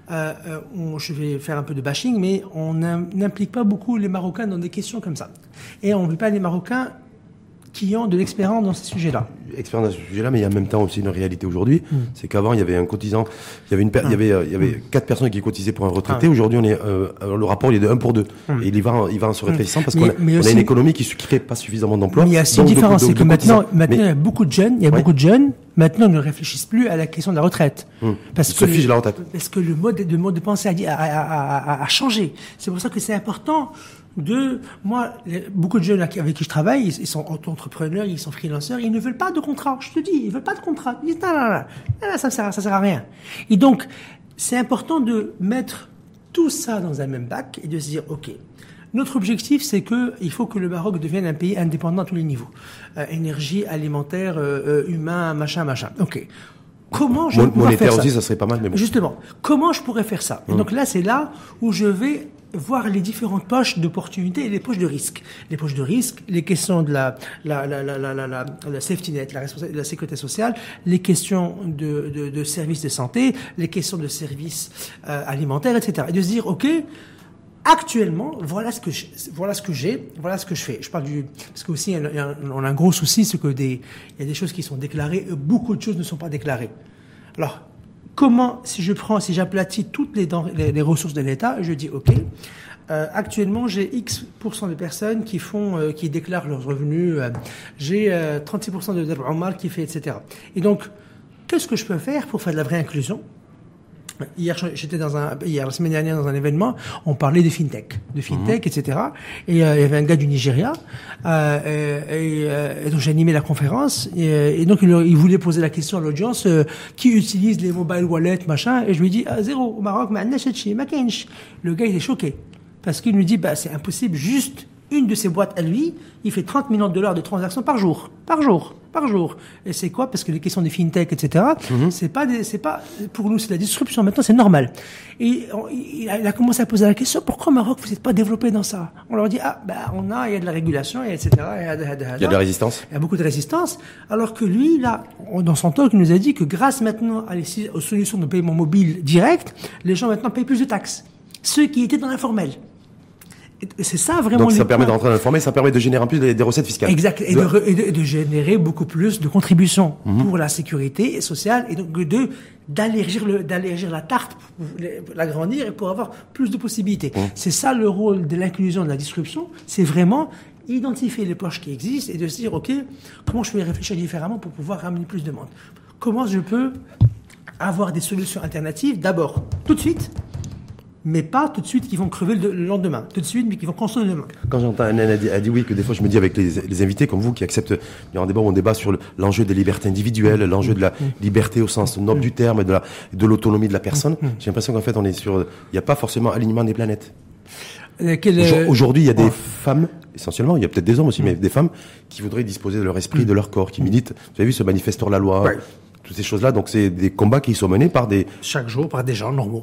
je vais faire un peu de bashing, mais on n'implique pas beaucoup les Marocains dans des questions comme ça. Et on ne veut pas les Marocains qui ont de l'expérience dans ces sujets-là. Expérience dans ce sujet-là, mais il y a en même temps aussi une réalité aujourd'hui, c'est qu'avant il y avait un cotisant, il y avait 4 personnes qui cotisaient pour un retraité. Aujourd'hui, on est le rapport il est de 1 pour 2. Et il va en se rétrécissant parce qu'on a une économie qui crée pas suffisamment d'emplois. Mais il y a aussi une différence, c'est que maintenant il y a beaucoup de jeunes, maintenant ne réfléchissent plus à la question de la retraite. Parce que la retraite. Parce que le mode de pensée a changé. C'est pour ça que c'est important beaucoup de jeunes avec qui je travaille, ils sont auto-entrepreneurs, ils sont freelanceurs, ils ne veulent pas de contrat. Je te dis, ils veulent pas de contrat. Ils disent, non, ça sert à rien. Et donc, c'est important de mettre tout ça dans un même bac et de se dire, OK, notre objectif, c'est il faut que le Maroc devienne un pays indépendant à tous les niveaux. Énergie, alimentaire, humain, machin. OK. Comment je pourrais faire ça? Monétaire aussi, ça serait pas mal, mais bon. Justement, comment je pourrais faire ça? Et donc là, c'est là où je vais voir les différentes poches d'opportunités et les poches de risque. Les poches de risque, les questions de la safety net, la sécurité sociale, les questions de services de santé, les questions de services alimentaires, etc. Et de se dire, OK, actuellement, voilà ce que j'ai, voilà ce que je fais. Je parle parce que aussi, on a un gros souci, c'est que il y a des choses qui sont déclarées, beaucoup de choses ne sont pas déclarées. Alors, si j'aplatis toutes les ressources de l'État, je dis, OK, actuellement, j'ai X% de personnes qui déclarent leurs revenus, j'ai 36% de Omar qui fait, etc. Et donc, qu'est-ce que je peux faire pour faire de la vraie inclusion? Hier, la semaine dernière, dans un événement, on parlait de fintech, etc. Et il y avait un gars du Nigeria, et donc j'ai animé la conférence, et donc il voulait poser la question à l'audience, qui utilise les mobile wallets, machin, et je lui dis, zéro, au Maroc, ma kench. Le gars, il est choqué. Parce qu'il me dit, c'est impossible, juste une de ses boîtes à lui, il fait 30 millions de dollars de transactions par jour. Et c'est quoi? Parce que les questions des fintech, etc., c'est pas, pour nous, c'est la disruption. Maintenant, c'est normal. Et il a commencé à poser la question, pourquoi au Maroc, vous n'êtes pas développé dans ça? On leur dit, il y a de la régulation, etc., il y a de la résistance. Il y a beaucoup de résistance. Alors que lui, là, dans son talk, il nous a dit que grâce maintenant aux solutions de paiement mobile direct, les gens maintenant payent plus de taxes. Ceux qui étaient dans l'informel. C'est ça vraiment. Donc ça permet d'entrer dans l'informel, ça permet de générer en plus des recettes fiscales. Exact, et de générer beaucoup plus de contributions pour la sécurité sociale, et donc d'allergir la tarte, l'agrandir et pour avoir plus de possibilités. C'est ça le rôle de l'inclusion, de la disruption, c'est vraiment identifier les poches qui existent et de se dire, OK, comment je peux y réfléchir différemment pour pouvoir ramener plus de monde? Comment je peux avoir des solutions alternatives, d'abord, tout de suite, mais pas tout de suite qui vont crever le lendemain, tout de suite, mais qui vont construire le lendemain. Quand j'entends Anne dit oui, que des fois je me dis avec les invités comme vous qui acceptent, il y a un débat où on débat sur l'enjeu des libertés individuelles, l'enjeu de la liberté au sens noble du terme, de l'autonomie de la personne. J'ai l'impression qu'en fait il n'y a pas forcément alignement des planètes. Aujourd'hui, il y a des femmes, essentiellement, il y a peut-être des hommes aussi, mais des femmes qui voudraient disposer de leur esprit, de leur corps, qui militent. Vous avez vu ce manifesteur la loi, toutes ces choses-là. Donc c'est des combats qui sont menés chaque jour par des gens normaux,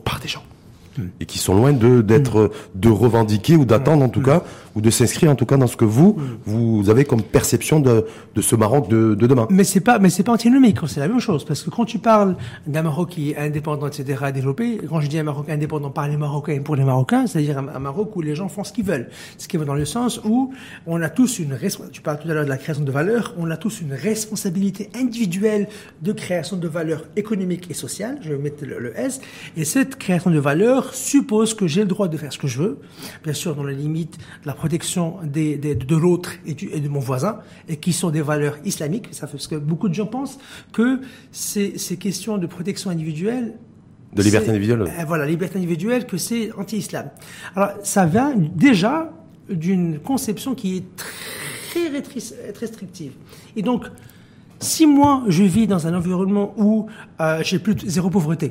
et qui sont loin de revendiquer ou d'attendre en tout cas, ou de s'inscrire en tout cas dans ce que vous avez comme perception de ce Maroc de demain. Mais c'est pas antinomique, c'est la même chose, parce que quand tu parles d'un Maroc qui est indépendant, etc., développé, quand je dis un Maroc indépendant par les Marocains et pour les Marocains, c'est-à-dire un Maroc où les gens font ce qu'ils veulent. Ce qui va dans le sens où on a tous tu parles tout à l'heure de la création de valeur, on a tous une responsabilité individuelle de création de valeur économique et sociale, je vais mettre le S, et cette création de valeur suppose que j'ai le droit de faire ce que je veux, bien sûr dans la limite de la protection de l'autre et de mon voisin, et qui sont des valeurs islamiques. Ça fait parce que beaucoup de gens pensent que ces questions de protection individuelle, de liberté individuelle. Voilà, liberté individuelle, que c'est anti-islam. Alors ça vient déjà d'une conception qui est très restrictive. Et donc, si moi je vis dans un environnement où j'ai zéro pauvreté,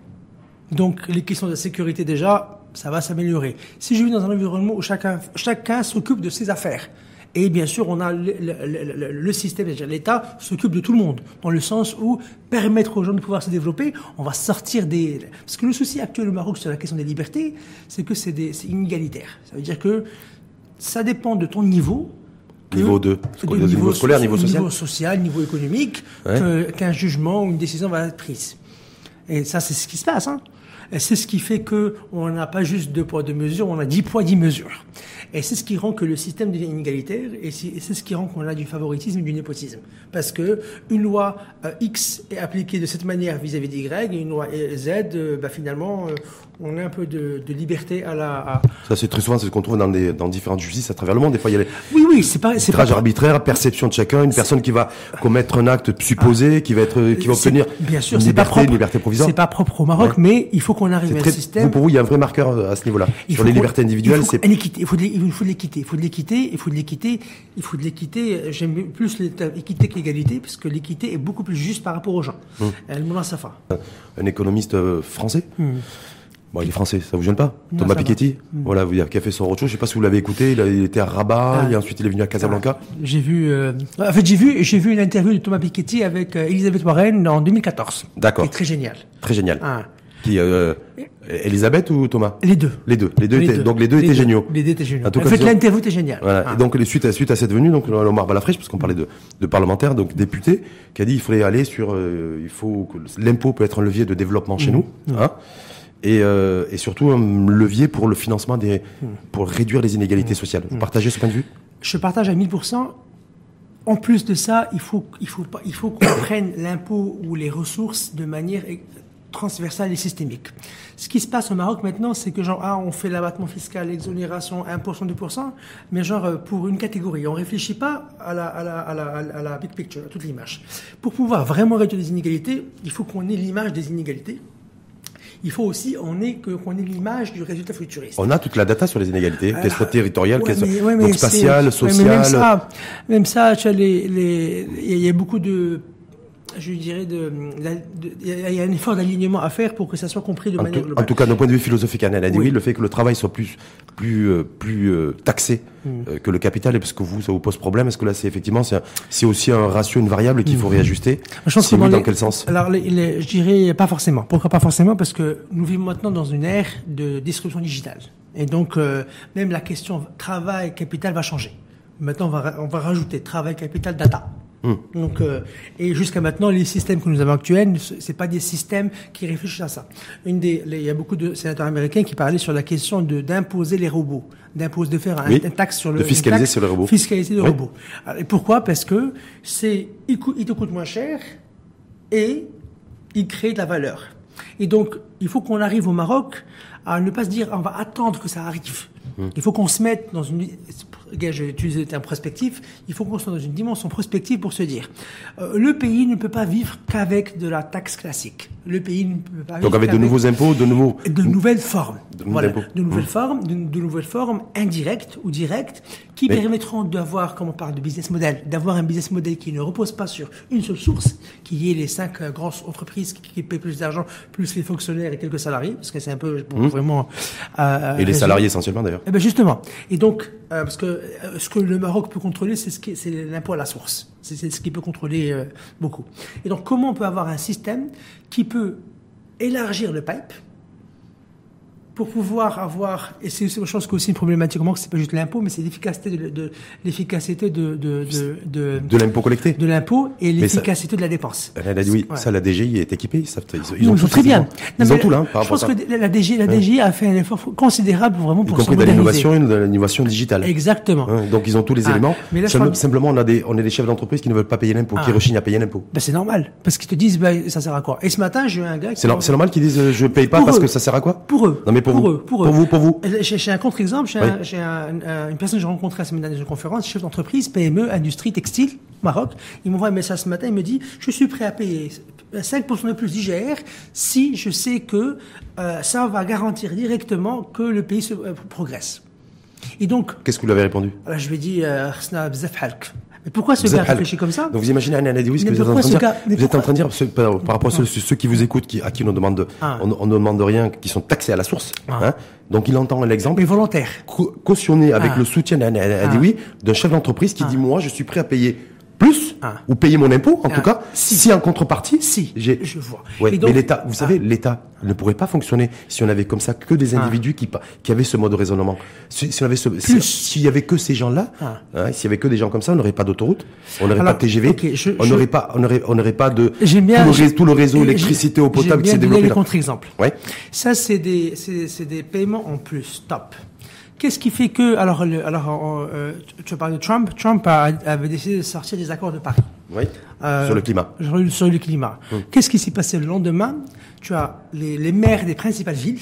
donc les questions de sécurité déjà, ça va s'améliorer. Si je vis dans un environnement où chacun s'occupe de ses affaires Et bien sûr, on a le système, c'est-à-dire l'État s'occupe de tout le monde, dans le sens où permettre aux gens de pouvoir se développer, on va sortir des... Parce que le souci actuel au Maroc sur la question des libertés, c'est que c'est inégalitaire. Ça veut dire que ça dépend de ton niveau. Niveau 2, niveau scolaire, niveau social. Niveau social, niveau économique, qu'un jugement ou une décision va être prise. Et ça, c'est ce qui se passe, hein. Et c'est ce qui fait que on n'a pas juste 2 poids 2 mesures, on a 10 poids 10 mesures. Et c'est ce qui rend que le système devient inégalitaire, et c'est ce qui rend qu'on a du favoritisme et du népotisme. Parce que une loi X est appliquée de cette manière vis-à-vis d'Y, et une loi Z, finalement, on a un peu de liberté à la... Ça, c'est très souvent, c'est ce qu'on trouve dans différentes justices à travers le monde. Des fois, il y a les oui, c'est pas arbitraire, perception de chacun, une personne qui va commettre un acte supposé, qui va obtenir bien sûr, une liberté provisoire. C'est pas propre au Maroc, mais il faut qu'on arrive à un système. Pour vous, il y a un vrai marqueur à ce niveau-là. Sur les libertés individuelles, c'est... Il faut de l'équité. J'aime plus l'équité que l'égalité, parce que l'équité est beaucoup plus juste par rapport aux gens. Moulin Safa. Un économiste français. Bon, il est français, ça vous gêne pas? Non, Thomas Piketty, voilà, qui a fait son roadshow. Je sais pas si vous l'avez écouté. Il était à Rabat, et ensuite il est venu à Casablanca. J'ai vu une interview de Thomas Piketty avec Elisabeth Warren en 2014. D'accord. C'est très génial. Très génial. Qui, Elisabeth ou Thomas? Les deux. Donc les deux étaient géniaux. Les deux étaient géniaux. En tout cas, l'interview était géniale. Voilà. Et donc, suite à cette venue, donc, Omar Balafrèche, parce qu'on parlait de parlementaires, donc députés, qui a dit, il fallait aller sur, l'impôt peut être un levier de développement chez nous, hein. Et surtout un levier pour le financement pour réduire les inégalités sociales. Vous partagez ce point de vue? Je partage à 1000%. En plus de ça, il faut qu'on prenne l'impôt ou les ressources de manière transversale et systémique. Ce qui se passe au Maroc maintenant, c'est que on fait l'abattement fiscal, l'exonération 1%, 2%, mais pour une catégorie. On réfléchit pas à la big picture, à toute l'image. Pour pouvoir vraiment réduire les inégalités, il faut qu'on ait l'image des inégalités. Il faut aussi qu'on ait l'image du résultat futuriste. On a toute la data sur les inégalités, qu'elles soient territoriales, qu'elles soient donc spatiales, sociales. Même ça, il y a beaucoup de... Je dirais il y a un effort d'alignement à faire pour que ça soit compris de manière globale. En tout cas, d'un point de vue philosophique, elle a dit oui, le fait que le travail soit plus taxé que le capital, et parce que ça vous pose problème. Est-ce que là, c'est aussi un ratio, une variable qu'il faut réajuster? Je pense dans quel sens? Alors, je dirais pas forcément. Pourquoi pas forcément? Parce que nous vivons maintenant dans une ère de disruption digitale. Et donc, même la question travail, capital va changer. Maintenant, on va rajouter travail, capital, data. Donc, et jusqu'à maintenant, les systèmes que nous avons actuels, c'est pas des systèmes qui réfléchissent à ça. Il y a beaucoup de sénateurs américains qui parlaient sur la question d'imposer les robots, de faire une taxe sur de fiscaliser sur les robots. Fiscaliser les robots. Et pourquoi? Parce que il te coûte moins cher et il crée de la valeur. Et donc, il faut qu'on arrive au Maroc à ne pas se dire, on va attendre que ça arrive. Il faut qu'on se mette dans une... Je vais utiliser le terme prospectif. Il faut qu'on soit dans une dimension prospective pour se dire le pays ne peut pas vivre qu'avec de la taxe classique. Le pays ne peut pas vivre donc avec de nouveaux impôts, de nouvelles formes. De nouvelles formes indirectes ou directes qui permettront d'avoir, comme on parle de business model, d'avoir un business model qui ne repose pas sur une seule source, qui est les 5 grandes entreprises qui paient plus d'argent, plus les fonctionnaires et quelques salariés, parce que c'est un peu vraiment... et les salariés essentiellement d'ailleurs. Eh ben justement. Et donc, parce que ce que le Maroc peut contrôler, c'est l'impôt à la source. C'est ce qui peut contrôler beaucoup. Et donc, comment on peut avoir un système qui peut élargir le pipe pour pouvoir avoir, et c'est je pense qu'aussi une problématique au Maroc, c'est pas juste l'impôt, mais c'est l'efficacité de l'impôt collecté, de l'impôt et l'efficacité de la dépense. Elle a dit oui, ça la DGI est équipée, ils ont très bien. Ils ont tout là. Je pense que la DGI a fait un effort considérable vraiment pour se moderniser. Y compris de l'innovation digitale. Exactement. Donc ils ont tous les éléments. Mais là, simplement, on est des chefs d'entreprise qui ne veulent pas payer l'impôt, qui rechignent à payer l'impôt. Ben c'est normal, parce qu'ils te disent ça sert à quoi. Et ce matin, j'ai eu un gars. C'est normal qu'ils disent je paye pas parce que ça sert à quoi. Pour eux. Non mais pour vous. J'ai un contre-exemple, j'ai une personne que j'ai rencontrée la semaine dernière dans une conférence, chef d'entreprise, PME, industrie, textile, Maroc. Il m'envoie un message ce matin, il me dit, je suis prêt à payer 5% de plus d'IGR si je sais que ça va garantir directement que le pays progresse. Et donc... Qu'est-ce que vous lui avez répondu? Je lui ai dit, Mais pourquoi ce gars réfléchit comme ça? Donc vous imaginez Anna Dioui, ce que vous êtes en train de dire. Vous êtes en train de dire, par rapport à ceux qui vous écoutent, à qui on ne demande, on ne demande rien, qui sont taxés à la source. Hein. Donc il entend l'exemple. Mais volontaire. Cautionné avec le soutien d'Anna Dioui, d'un chef d'entreprise qui dit, moi, je suis prêt à payer plus, ou payer mon impôt, en tout cas, si en contrepartie, je vois. Ouais, donc, mais l'État, vous savez, l'État ne pourrait pas fonctionner si on avait comme ça que des individus qui avaient ce mode de raisonnement. Si on avait s'il y avait que ces gens-là, s'il y avait que des gens comme ça, on n'aurait pas d'autoroute, on n'aurait pas de TGV, on n'aurait pas de tout le réseau électricité, eau potable qui s'est développé. J'aime bien donner les contre-exemples. Ouais. Ça, c'est des paiements en plus. Top. Qu'est-ce qui fait que, tu parles de Trump. Trump avait décidé de sortir des accords de Paris. Oui. Sur le climat. Sur le climat. Qu'est-ce qui s'est passé le lendemain? Tu as les maires des principales villes,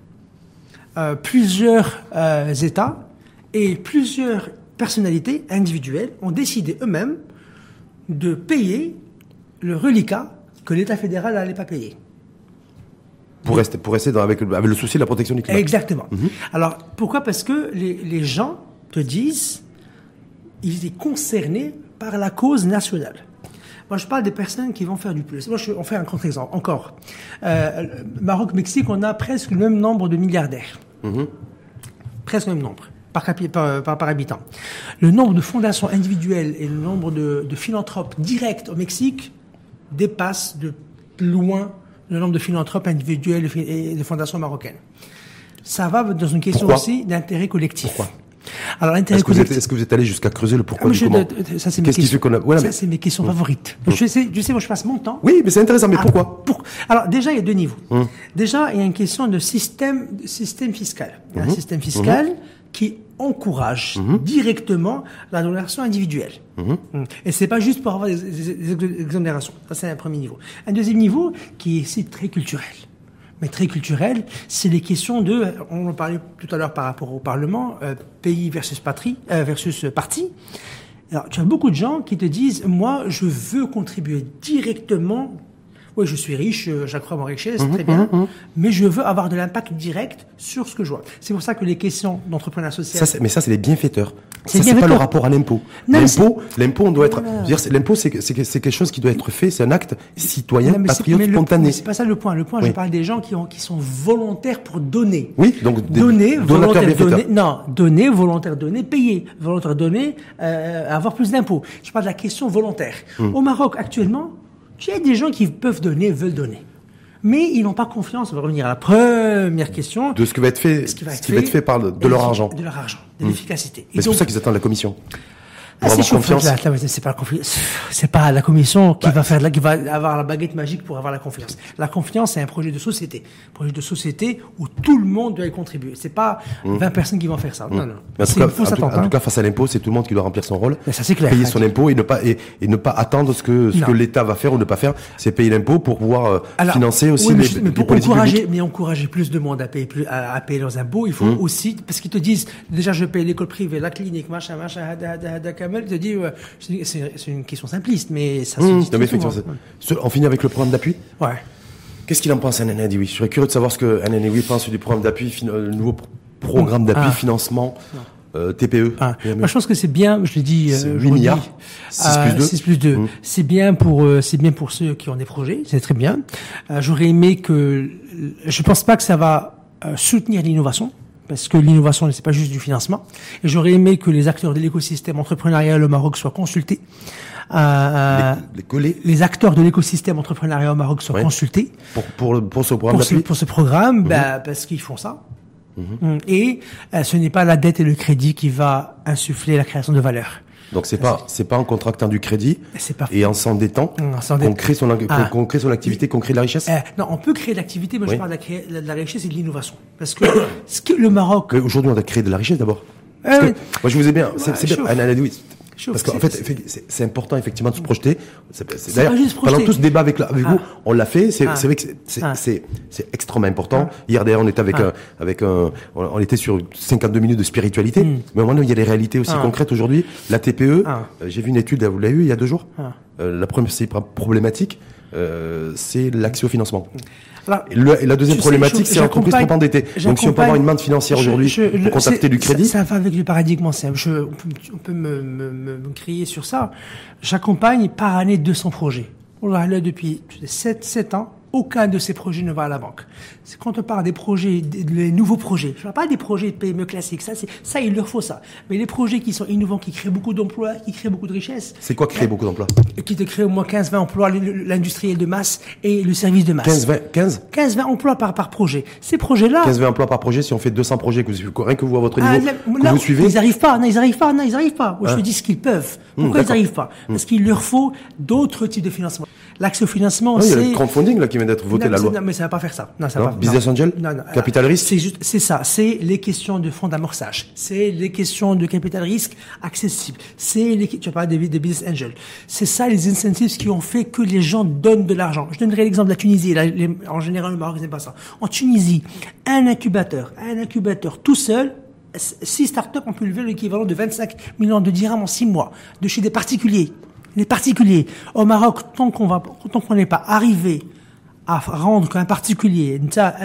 plusieurs États et plusieurs personnalités individuelles ont décidé eux-mêmes de payer le reliquat que l'État fédéral n'allait pas payer. Pour rester avec le souci de la protection du climat. Exactement. Alors, pourquoi? Parce que les gens te disent, ils sont concernés par la cause nationale. Moi, je parle des personnes qui vont faire du plus. Moi, on fait un contre-exemple. Encore. Maroc, Mexique, on a presque le même nombre de milliardaires. Presque le même nombre. Par habitant. Le nombre de fondations individuelles et le nombre de philanthropes directs au Mexique dépasse de loin le nombre de philanthropes individuels et de fondations marocaines. Ça va dans une question aussi d'intérêt collectif. Pourquoi? Alors, l'intérêt collectif. Est-ce que vous êtes allé jusqu'à creuser le pourquoi du comment? Ça, c'est mes questions. Ça, c'est mes questions favorites. Je sais, moi, je passe mon temps. Oui, mais c'est intéressant, mais pourquoi? Alors, déjà, il y a deux niveaux. Déjà, il y a une question de système fiscal. Il y a un système fiscal qui encourage directement la donation individuelle. Et c'est pas juste pour avoir des exonérations. Ça, c'est un premier niveau. Un deuxième niveau qui est aussi très culturel. Mais très culturel, c'est les questions on en parlait tout à l'heure par rapport au Parlement, pays versus parti. Alors, tu as beaucoup de gens qui te disent, moi, je veux contribuer directement. Oui, je suis riche, j'accrois à mon richesse, très bien, mais je veux avoir de l'impact direct sur ce que je vois. C'est pour ça que les questions d'entrepreneuriat social... Mais ça, c'est les bienfaiteurs. Ça, c'est pas le rapport à l'impôt. L'impôt, on doit être... L'impôt, c'est quelque chose qui doit être fait, c'est un acte citoyen, patriote, spontané. C'est pas ça le point. Le point, je parle des gens qui sont volontaires pour donner. Oui, donc donner, volontaire donner, payer, volontaire donner, avoir plus d'impôts. Je parle de la question volontaire. Au Maroc, actuellement, il y a des gens qui peuvent donner, veulent donner. Mais ils n'ont pas confiance, on va revenir à la première question. De ce qui va être fait, de leur argent. De leur argent, de l'efficacité. Mais c'est pour ça qu'ils attendent la commission. C'est confiance. C'est pas la commission qui va avoir la baguette magique pour avoir la confiance. La confiance, c'est un projet de société. Un projet de société où tout le monde doit y contribuer. C'est pas 20 personnes qui vont faire ça. Non. En tout cas, face à l'impôt, c'est tout le monde qui doit remplir son rôle. Mais ça, c'est clair. Payer son impôt et ne pas attendre ce que l'État va faire ou ne pas faire. C'est payer l'impôt pour pouvoir financer aussi les politiques publiques. Mais encourager plus de monde à payer leurs impôts, il faut aussi, parce qu'ils te disent, déjà, je paye l'école privée, la clinique, machin, te dit, c'est une question simpliste, mais ça se dit. On finit avec le programme d'appui. Ouais. Qu'est-ce qu'il en pense, Anna Dioui? Je serais curieux de savoir ce que Anna Dioui pense du programme d'appui, le nouveau programme d'appui financement TPE. Moi, je pense que c'est bien. Je l'ai dit. 8 milliards. 6 plus 2. C'est bien pour ceux qui ont des projets. C'est très bien. J'aurais aimé je pense pas que ça va soutenir l'innovation. Parce que l'innovation, c'est pas juste du financement. Et j'aurais aimé que les acteurs de l'écosystème entrepreneurial au Maroc soient consultés. Les acteurs de l'écosystème entrepreneurial au Maroc soient consultés. Pour ce programme d'appui. Pour ce programme, parce qu'ils font ça. Et ce n'est pas la dette et le crédit qui va insuffler la création de valeur. Donc c'est pas en contractant du crédit et en s'endettant qu'on crée son activité, qu'on crée de la richesse. Non, on peut créer de l'activité, mais je parle de la richesse et de l'innovation. Parce que le Maroc. Aujourd'hui, on a créé de la richesse d'abord. Moi, je vous ai bien. C'est bien. Anna Dioui. Parce qu'en fait, c'est important effectivement de se projeter. D'ailleurs, pendant tout ce débat avec vous, on l'a fait. C'est vrai que c'est extrêmement important. Hier d'ailleurs, on était on était sur 52 minutes de spiritualité. Mais au moment où il y a des réalités aussi concrètes aujourd'hui, la TPE, j'ai vu une étude, vous l'avez eu il y a 2 jours. La première, c'est problématique. c'est l'accès au financement. Alors, Et la deuxième problématique, c'est l'entreprise trop endettée. Donc, si on peut avoir une manne financière aujourd'hui pour contacter du crédit. Ça va avec le paradigme ancien. On peut me crier sur ça. J'accompagne par année 200 projets. On l'a là depuis 7 ans. Aucun de ces projets ne va à la banque. C'est quand on parle des projets, des nouveaux projets. Je ne parle pas des projets de PME classiques. Ça, il leur faut ça. Mais les projets qui sont innovants, qui créent beaucoup d'emplois, qui créent beaucoup de richesses. C'est quoi créer beaucoup d'emplois? Qui te créent au moins 15-20 emplois, l'industriel de masse et le service de masse. 15-20 emplois par projet. Ces projets-là. 15-20 emplois par projet, si on fait 200 projets, rien que vous à votre niveau, vous suivez. Ils n'arrivent pas. Je te dis ce qu'ils peuvent. Pourquoi ils n'arrivent pas? Parce qu'il leur faut d'autres types de financement. L'accès au financement, c'est... Il y a le crowdfunding, là, qui vient d'être voté, la loi. Non, mais ça va pas faire ça. Non, ça va pas. Business Angel? Non. Capital risque? C'est ça. C'est les questions de fonds d'amorçage. C'est les questions de capital risque accessible. Tu as parlé des Business Angel. C'est ça, les incentives qui ont fait que les gens donnent de l'argent. Je donnerai l'exemple de la Tunisie. Là, en général, le Maroc, c'est pas ça. En Tunisie, un incubateur tout seul, 6 startups ont pu lever l'équivalent de 25 millions de dirhams en 6 mois. De chez des particuliers. Les particuliers. Au Maroc, tant qu'on n'est pas arrivé à rendre qu'un particulier,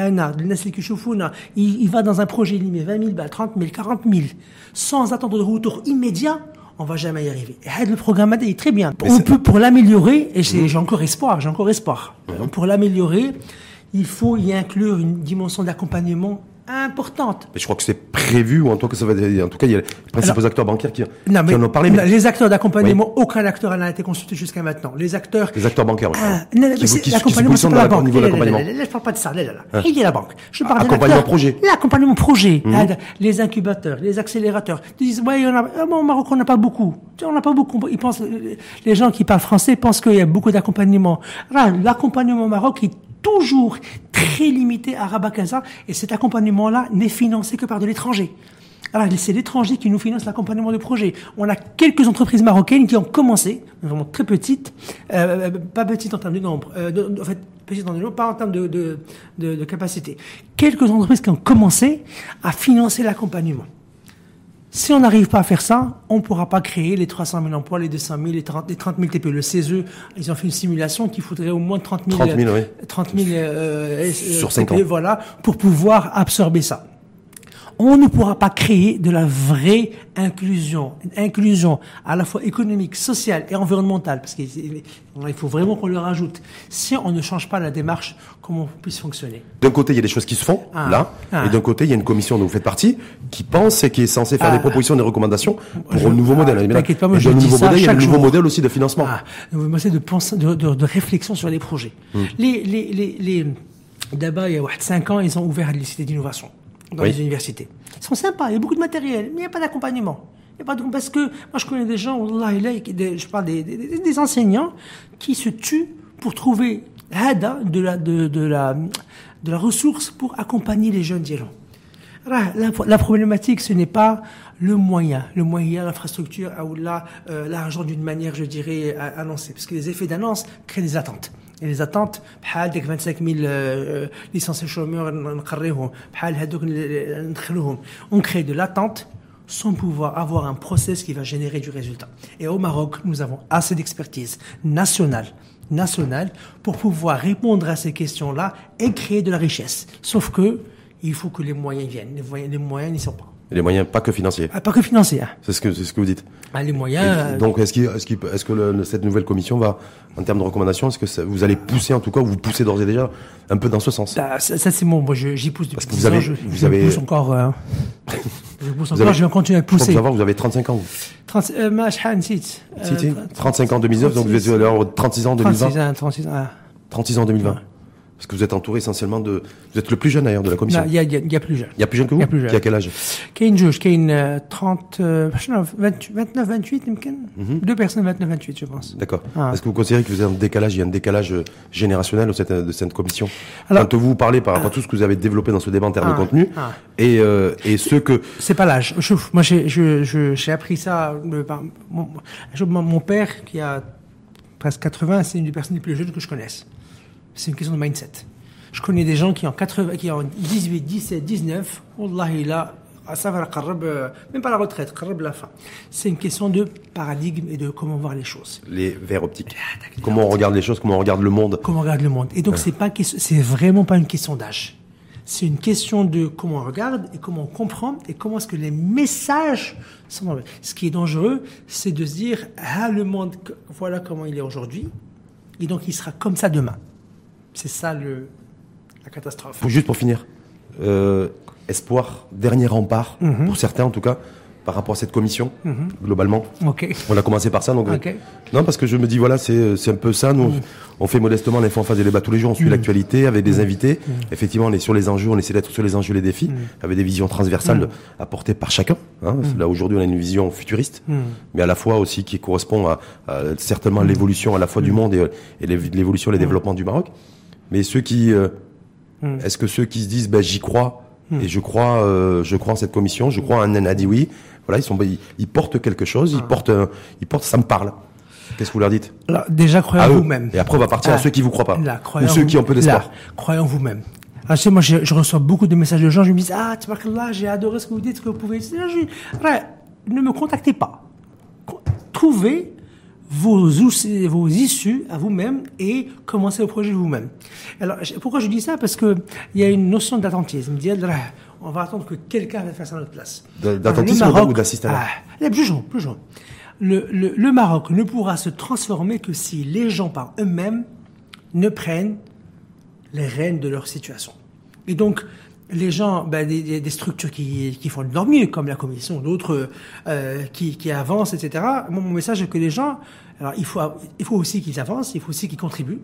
il va dans un projet, il met 20 000 balles, 30 000, 40 000, sans attendre de retour immédiat, on va jamais y arriver. Et le programme AD est très bien. On peut, pour l'améliorer, et j'ai encore espoir. Pour l'améliorer, il faut y inclure une dimension d'accompagnement importante. Mais je crois que c'est prévu, ou en tout cas, il y a les principaux acteurs bancaires qui en ont parlé. Les acteurs d'accompagnement, aucun acteur n'a été consulté jusqu'à maintenant. Les acteurs bancaires, l'accompagnement, c'est pas la banque. Niveau d'accompagnement. Je parle pas de ça, il y a la banque. Je parle accompagnement projet. L'accompagnement projet. Les incubateurs, les accélérateurs. Ils disent, au Maroc, on n'a pas beaucoup. Ils pensent, les gens qui parlent français pensent qu'il y a beaucoup d'accompagnement. L'accompagnement au Maroc est toujours très limité à Rabat Casa, et cet accompagnement-là n'est financé que par de l'étranger. Alors, c'est l'étranger qui nous finance l'accompagnement de projet. On a quelques entreprises marocaines qui ont commencé, vraiment très petites, pas petites en termes de nombre, petites en termes de nombre, pas en termes de capacité. Quelques entreprises qui ont commencé à financer l'accompagnement. Si on n'arrive pas à faire ça, on ne pourra pas créer les 300 000 emplois, les 200 000, les 30 000 TPE. Le CESE, ils ont fait une simulation qu'il faudrait au moins 30 000 sur 5 TPE, ans. voilà, pour pouvoir absorber ça. On ne pourra pas créer de la vraie inclusion à la fois économique, sociale et environnementale, parce qu'il faut vraiment qu'on le rajoute, si on ne change pas la démarche, comment on puisse fonctionner. D'un côté, il y a des choses qui se font, et d'un côté, il y a une commission dont vous faites partie, qui pense et qui est censée faire des propositions, des recommandations pour un nouveau modèle. T'inquiète pas, moi je dis ça chaque jour. Il y a un nouveau modèle aussi de financement. C'est de penser, de réflexion sur les projets. D'abord, il y a 5 ans, ils ont ouvert les cités d'innovation dans les universités. Ils sont sympas, il y a beaucoup de matériel, mais il n'y a pas d'accompagnement. Parce que moi je connais des gens, je parle des enseignants qui se tuent pour trouver de la ressource pour accompagner les jeunes d'Iran. La problématique, ce n'est pas le moyen, l'infrastructure, ou l'argent d'une manière, je dirais, annoncée. Parce que les effets d'annonce créent des attentes. Et les attentes, dès que 25 000 licenciés chômeurs, on crée de l'attente sans pouvoir avoir un process qui va générer du résultat. Et au Maroc, nous avons assez d'expertise nationale pour pouvoir répondre à ces questions-là et créer de la richesse. Sauf que il faut que les moyens viennent. Les moyens n'y sont pas. Et les moyens, pas que financiers. Pas que financiers. C'est ce que vous dites. Les moyens. Donc, est-ce que cette nouvelle commission va, en termes de recommandations, est-ce que vous allez pousser, en tout cas, ou vous poussez d'ores et déjà un peu dans ce sens? Ça c'est bon. Moi, j'y pousse depuis 10 ans. Je pousse encore. Je vais continuer à pousser. Pour savoir, vous avez 35 ans. 35 ans en 2009, donc vous êtes alors 36 ans en 2020. 36 ans en 2020. Parce que vous êtes entouré essentiellement vous êtes le plus jeune d'ailleurs de la commission. Il y a plus jeune. Il y a plus jeune que vous? Qui a quel âge? Qui a une 29, 28, deux personnes 29, 28, je pense. D'accord. Est-ce que vous considérez que vous êtes en décalage, il y a un décalage générationnel de cette commission? Alors, quand vous parlez par rapport à tout ce que vous avez développé dans ce débat en termes de contenu, et ce que... C'est pas l'âge. Moi, j'ai appris ça par mon père, qui a presque 80, c'est une des personnes les plus jeunes que je connaisse. C'est une question de mindset. Je connais des gens qui ont 18, 17, 19, Wallah, Ça va même pas la retraite, la fin. C'est une question de paradigme et de comment voir les choses. Les verres optiques. Comment on regarde les choses, comment on regarde le monde. Comment on regarde le monde. Et donc, c'est vraiment pas une question d'âge. C'est une question de comment on regarde et comment on comprend et comment est-ce que les messages sont dans le... Ce qui est dangereux, c'est de se dire, le monde, voilà comment il est aujourd'hui. Et donc, il sera comme ça demain. C'est ça la catastrophe. Juste pour finir, espoir, dernier rempart, pour certains en tout cas, par rapport à cette commission, globalement. Okay. On a commencé par ça. Donc, okay. Non, parce que je me dis, voilà, c'est un peu ça. Nous, on fait modestement l'info en face des débats tous les jours, on suit l'actualité avec des invités. Effectivement, on est sur les enjeux, on essaie d'être sur les enjeux, les défis, avec des visions transversales apportées par chacun. Hein. Là, aujourd'hui, on a une vision futuriste, mais à la fois aussi qui correspond à certainement l'évolution à la fois du monde et l'évolution, les développements du Maroc. Mais est-ce que ceux qui se disent, j'y crois, et je crois en cette commission, je crois en Hadioui, voilà, ils portent quelque chose, ils portent, ça me parle. Qu'est-ce que vous leur dites? Alors, déjà, croyez en vous-même. Et après, on va partir à ceux qui vous croient pas. Ou ceux vous, qui ont peu d'espoir. Croyez en vous-même. Alors, tu sais, moi, je reçois beaucoup de messages de gens, je me dis, tabarakallah, j'ai adoré ce que vous dites, ce que vous pouvez dire. Ne me contactez pas. Trouvez vos issues à vous-même et commencez le projet vous-même. Alors, pourquoi je dis ça? Parce que il y a une notion d'attentisme. On va attendre que quelqu'un va faire ça à notre place. D'attentisme ou d'assistanat? Plus jeune. Le Maroc ne pourra se transformer que si les gens par eux-mêmes ne prennent les rênes de leur situation. Et donc, les gens, des structures qui font de leur mieux, comme la commission, d'autres qui avancent, etc. Mon message est que les gens, alors il faut aussi qu'ils avancent, il faut aussi qu'ils contribuent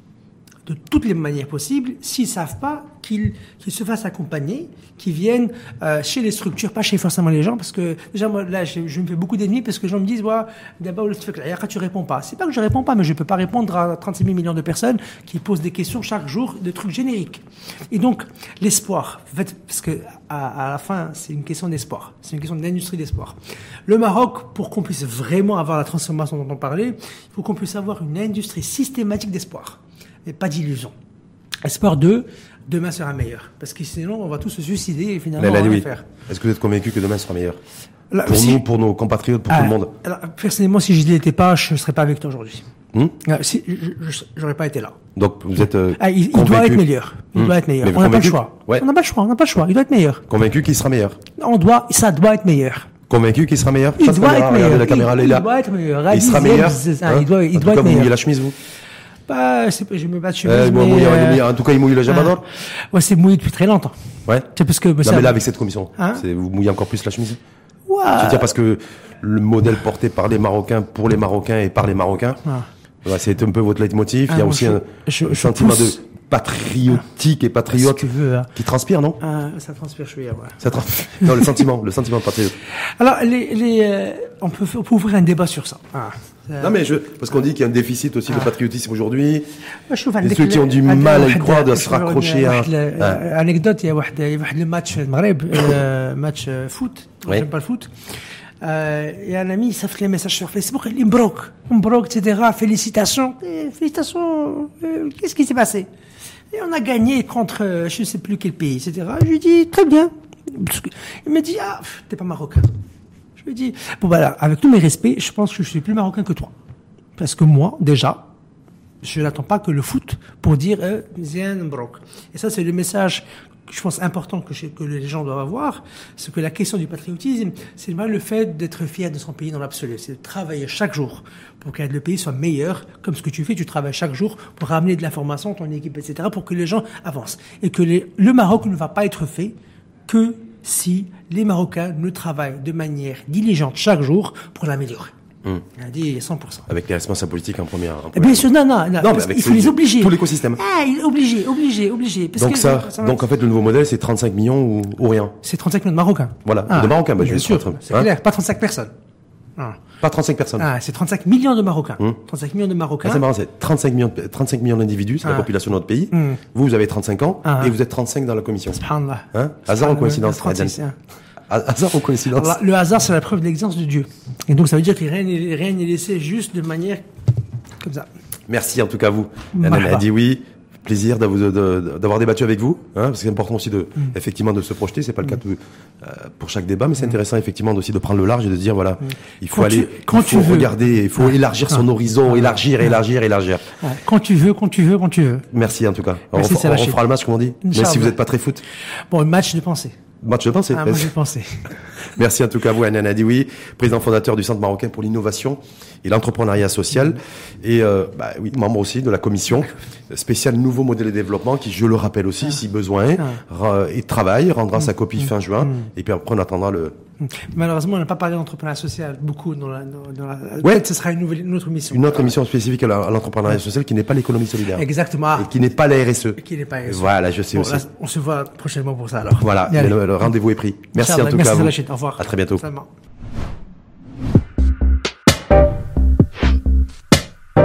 de toutes les manières possibles. S'ils savent pas, qu'ils se fassent accompagner, qu'ils viennent chez les structures, pas chez forcément les gens, parce que déjà moi là je me fais beaucoup d'ennemis parce que les gens me disent d'abord tu réponds pas. C'est pas que je réponds pas, mais je peux pas répondre à 36 000 millions de personnes qui posent des questions chaque jour, de trucs génériques. Et donc l'espoir, en fait, parce que à la fin c'est une question d'espoir, c'est une question d'industrie d'espoir. Le Maroc, pour qu'on puisse vraiment avoir la transformation dont on parlait, il faut qu'on puisse avoir une industrie systématique d'espoir. Mais pas d'illusion. Espoir demain sera meilleur. Parce que sinon, on va tous se suicider et finalement, on va rien faire. Est-ce que vous êtes convaincu que demain sera meilleur? Nous, pour nos compatriotes, pour tout le monde. Alors, personnellement, si je n'y étais pas, je ne serais pas avec toi aujourd'hui. Si, j'aurais pas été là. Donc, vous êtes il doit être meilleur. Il doit être meilleur. On n'a pas le choix. Ouais. On n'a pas le choix. Il doit être meilleur. Convaincu qu'il sera meilleur. Ça doit être meilleur. Convaincu qu'il sera meilleur. Il doit être meilleur. La caméra est là. Il doit être meilleur. Il sera meilleur. Il doit être meilleur. Vous mouillez la chemise, vous? Je me bats de chemise, en tout cas, il mouille le jabador. Ouais, c'est mouillé depuis très longtemps. Ouais. C'est parce que, mais là, avec cette commission, vous mouillez encore plus la chemise. Ouais. Je veux dire, parce que le modèle porté par les Marocains, pour les Marocains et par les Marocains, c'est un peu votre leitmotiv. Il y a aussi un sentiment de patriotique et patriote qui transpire, non? Ça transpire, je suis ouais. Ça transpire. Non, le sentiment de patriote. Alors, on peut ouvrir un débat sur ça. Non, mais parce qu'on dit qu'il y a un déficit aussi de patriotisme aujourd'hui. Et ceux qui ont du mal à y croire doivent se raccrocher à... Anecdote, il y a le match Maghreb, match foot. J'aime pas le foot. Il y a un ami, il s'est fait un message sur Facebook, il me broque, etc. Félicitations. Qu'est-ce qui s'est passé? Et on a gagné contre, je ne sais plus quel pays, etc. Je lui dis, très bien. Il me dit, t'es pas marocain. Je lui dis, avec tous mes respects, je pense que je suis plus marocain que toi. Parce que moi, déjà, je n'attends pas que le foot pour dire, Zian Mbrok. Et ça, c'est le message je pense important que les gens doivent avoir, c'est que la question du patriotisme, c'est pas le fait d'être fier de son pays dans l'absolu, c'est de travailler chaque jour pour que le pays soit meilleur, comme ce que tu fais, tu travailles chaque jour pour ramener de l'information, ton équipe, etc., pour que les gens avancent. Et que le Maroc ne va pas être fait que si les Marocains ne travaillent de manière diligente chaque jour pour l'améliorer. Il a dit 100%. Avec les responsables politiques en première. Bien sûr, non, il faut les obliger. Tout l'écosystème. Obligé. Donc en fait, le nouveau modèle, c'est 35 millions ou rien. C'est 35 millions de Marocains. Voilà, de Marocains. Bien sûr, c'est clair. Pas 35 personnes. Pas 35 personnes. C'est 35 millions de Marocains. 35 millions de Marocains. C'est marrant, c'est 35 millions d'individus, c'est la population de notre pays. Vous avez 35 ans et vous êtes 35 dans la commission. Subhanallah. Hasard ou coïncidence? Hasard ou coïncidence? Le hasard, c'est la preuve de l'existence de Dieu. Et donc, ça veut dire que rien n'est laissé juste de manière comme ça. Merci en tout cas à vous. Madame Hadioui, Plaisir d'avoir débattu avec vous, hein, parce que c'est important aussi effectivement de se projeter. C'est pas le cas pour chaque débat, mais c'est intéressant effectivement aussi de prendre le large et de dire voilà, il faut regarder, il faut élargir son horizon, élargir. Ouais, quand tu veux. Merci en tout cas. Merci, on fera le match comme on dit. Même si vous n'êtes pas très foot. Bon, match de pensée. Match de pensée. Match de pensée. Merci en tout cas à vous, Hanan Adioui, président fondateur du Centre marocain pour l'innovation et l'entrepreneuriat social, et membre aussi de la commission spéciale nouveaux modèles de développement qui, je le rappelle aussi, si besoin, rendra sa copie fin juin, et puis après on attendra le... Malheureusement, on n'a pas parlé d'entrepreneuriat social beaucoup dans la... Ouais. Peut-être ce sera une autre émission. Une autre émission spécifique à l'entrepreneuriat social qui n'est pas l'économie solidaire. Exactement. Et qui n'est pas la RSE. Qui n'est pas RSE. Voilà, je sais aussi. Là, on se voit prochainement pour ça alors. Voilà, le rendez-vous est pris. Merci en tout cas à vous. Au revoir. À très bientôt. Salut.